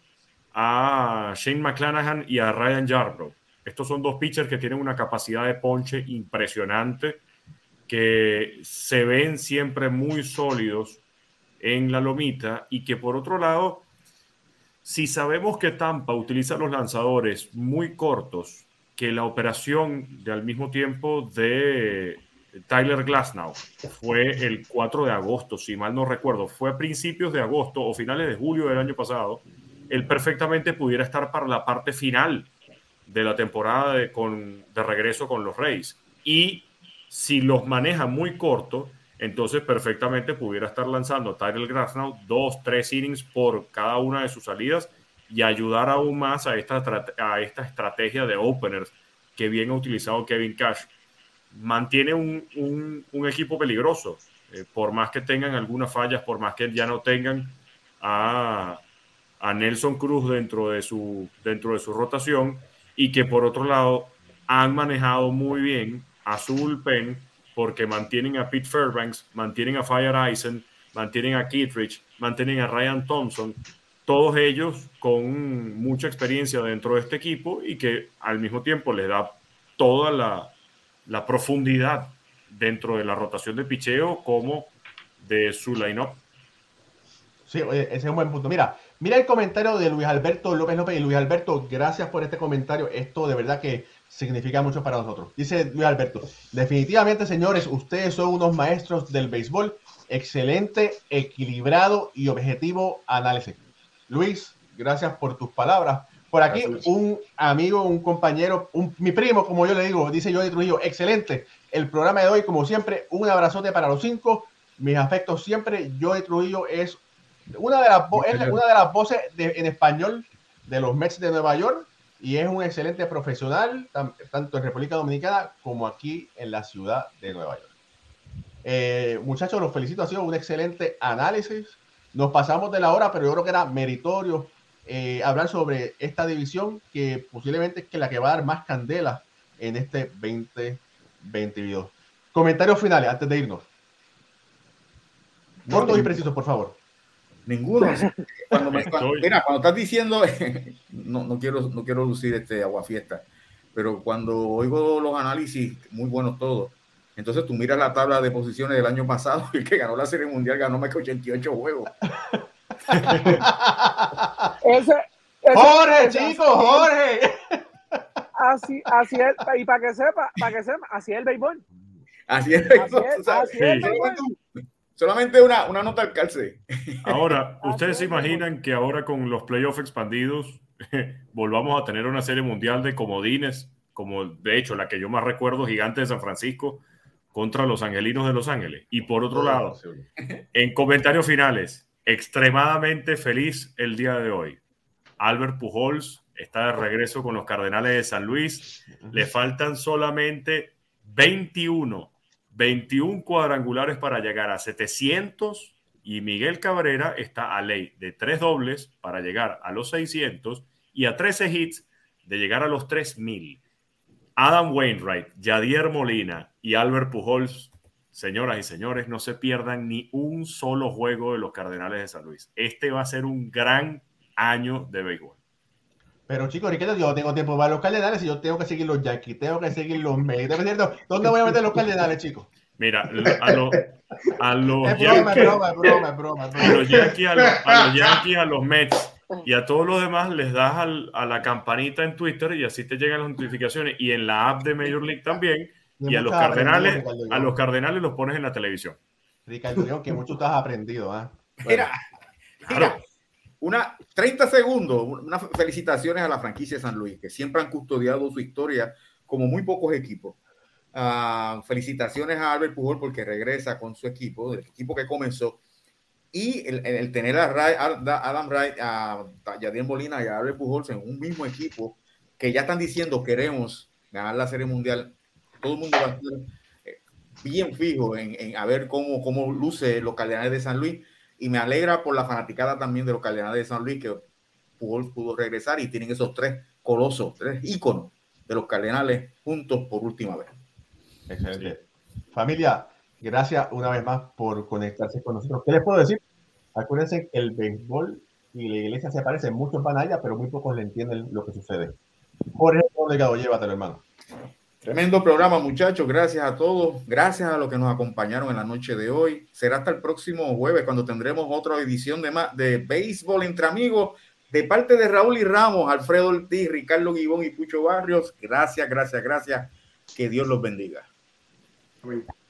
Speaker 4: a Shane McClanahan y a Ryan Yarbrough. Estos son dos pitchers que tienen una capacidad de ponche impresionante, que se ven siempre muy sólidos en la lomita y que por otro lado, si sabemos que Tampa utiliza los lanzadores muy cortos, que la operación de al mismo tiempo de Tyler Glasnow fue el cuatro de agosto, si mal no recuerdo, fue a principios de agosto o finales de julio del año pasado, él perfectamente pudiera estar para la parte final de la temporada de, con, de regreso con los Rays. Y si los maneja muy corto, entonces perfectamente pudiera estar lanzando Tyler Glasnow dos, tres innings por cada una de sus salidas y ayudar aún más a esta, a esta estrategia de openers que bien ha utilizado Kevin Cash. Mantiene un, un, un equipo peligroso, eh, por más que tengan algunas fallas, por más que ya no tengan a, a Nelson Cruz dentro de, su, dentro de su rotación, y que por otro lado han manejado muy bien a su bullpen porque mantienen a Pete Fairbanks, mantienen a Fire Eisen, mantienen a Kittredge, mantienen a Ryan Thompson, todos ellos con mucha experiencia dentro de este equipo y que al mismo tiempo les da toda la, la profundidad dentro de la rotación de picheo como de su line-up.
Speaker 1: Sí, ese es un buen punto. Mira, mira el comentario de Luis Alberto López López. Y Luis Alberto, gracias por este comentario. Esto de verdad que significa mucho para nosotros. Dice Luis Alberto, definitivamente, señores, ustedes son unos maestros del béisbol. Excelente, equilibrado y objetivo análisis. Luis, gracias por tus palabras. Por aquí, un amigo, un compañero, un, mi primo, como yo le digo, dice Johnny Trujillo, excelente. El programa de hoy, como siempre, un abrazote para los cinco. Mis afectos siempre. Johnny Trujillo es una de las, es una de las voces de, en español de los Mets de Nueva York y es un excelente profesional, tanto en República Dominicana como aquí en la ciudad de Nueva York. Eh, muchachos, los felicito, ha sido un excelente análisis. Nos pasamos de la hora, pero yo creo que era meritorio eh, hablar sobre esta división que posiblemente es que la que va a dar más candela en este veinte veintidós. Comentarios finales antes de irnos. Cortos y precisos, por favor.
Speaker 2: Ninguno. Cuando me, cuando, mira, cuando estás diciendo, no, no quiero, no quiero lucir este aguafiesta, pero cuando oigo los análisis, muy buenos todos. Entonces tú miras la tabla de posiciones del año pasado y el que ganó la Serie Mundial ganó más que ochenta y ocho juegos.
Speaker 5: ese, ese,
Speaker 1: Jorge,
Speaker 5: ese,
Speaker 1: chicos, Jorge.
Speaker 5: Así, así es, y para que sepa, para que sepa, así es el béisbol.
Speaker 2: Así es el béisbol.
Speaker 5: Así es, así es el béisbol.
Speaker 2: Solamente una, una nota al calce.
Speaker 4: Ahora, ¿ustedes se imaginan que ahora con los playoffs expandidos volvamos a tener una serie mundial de comodines, como de hecho la que yo más recuerdo, Gigantes de San Francisco contra los Angelinos de Los Ángeles? Y por otro lado, en comentarios finales, extremadamente feliz el día de hoy. Albert Pujols está de regreso con los Cardenales de San Luis. Le faltan solamente veintiuno cuadrangulares para llegar a setecientos y Miguel Cabrera está a ley de tres dobles para llegar a los seiscientos y a trece hits de llegar a los tres mil. Adam Wainwright, Yadier Molina y Albert Pujols, señoras y señores, no se pierdan ni un solo juego de los Cardenales de San Luis. Este va a ser un gran año de béisbol.
Speaker 1: Pero chicos, Riquelme, yo no tengo tiempo para los Cardenales y yo tengo que seguir los Yankees, tengo que seguir los Mets. ¿Dónde voy a meter los Cardenales, chicos?
Speaker 4: Mira, a, lo, a los
Speaker 1: es
Speaker 4: Yankees,
Speaker 1: broma, es broma, es broma, es broma.
Speaker 4: A los Yankees, a los, a los Yankees, a los Mets y a todos los demás les das al, a la campanita en Twitter y así te llegan las notificaciones y en la app de Major League también. Y, y a los Cardenales, a los Cardenales los pones en la televisión.
Speaker 1: Ricardo, que mucho te has aprendido, ¿eh?
Speaker 2: Bueno, mira, mira. Una treinta segundos, unas felicitaciones a la franquicia de San Luis, que siempre han custodiado su historia como muy pocos equipos. Uh, felicitaciones a Albert Pujol porque regresa con su equipo, el equipo que comenzó, y el, el tener a, Ray, a Adam Wright, a Yadier Molina y a Albert Pujols en un mismo equipo, que ya están diciendo queremos ganar la Serie Mundial. Todo el mundo va a estar bien fijo en, en a ver cómo, cómo luce los Cardenales de San Luis. Y me alegra por la fanaticada también de los Cardenales de San Luis que Pujols pudo regresar y tienen esos tres colosos, tres íconos de los Cardenales juntos por última vez.
Speaker 1: Excelente. Sí. Familia, gracias una vez más por conectarse con nosotros. ¿Qué les puedo decir? Acuérdense que el béisbol y la iglesia se parecen, muchos van allá, pero muy pocos le entienden lo que sucede. Jorge Delgado, llévatelo, hermano.
Speaker 2: Tremendo programa, muchachos. Gracias a todos. Gracias a los que nos acompañaron en la noche de hoy. Será hasta el próximo jueves cuando tendremos otra edición de, más, de Béisbol Entre Amigos de parte de Raúl y Ramos, Alfredo Ortiz, Ricardo Guibón y Pucho Barrios. Gracias, gracias, gracias. Que Dios los bendiga.
Speaker 3: Amén.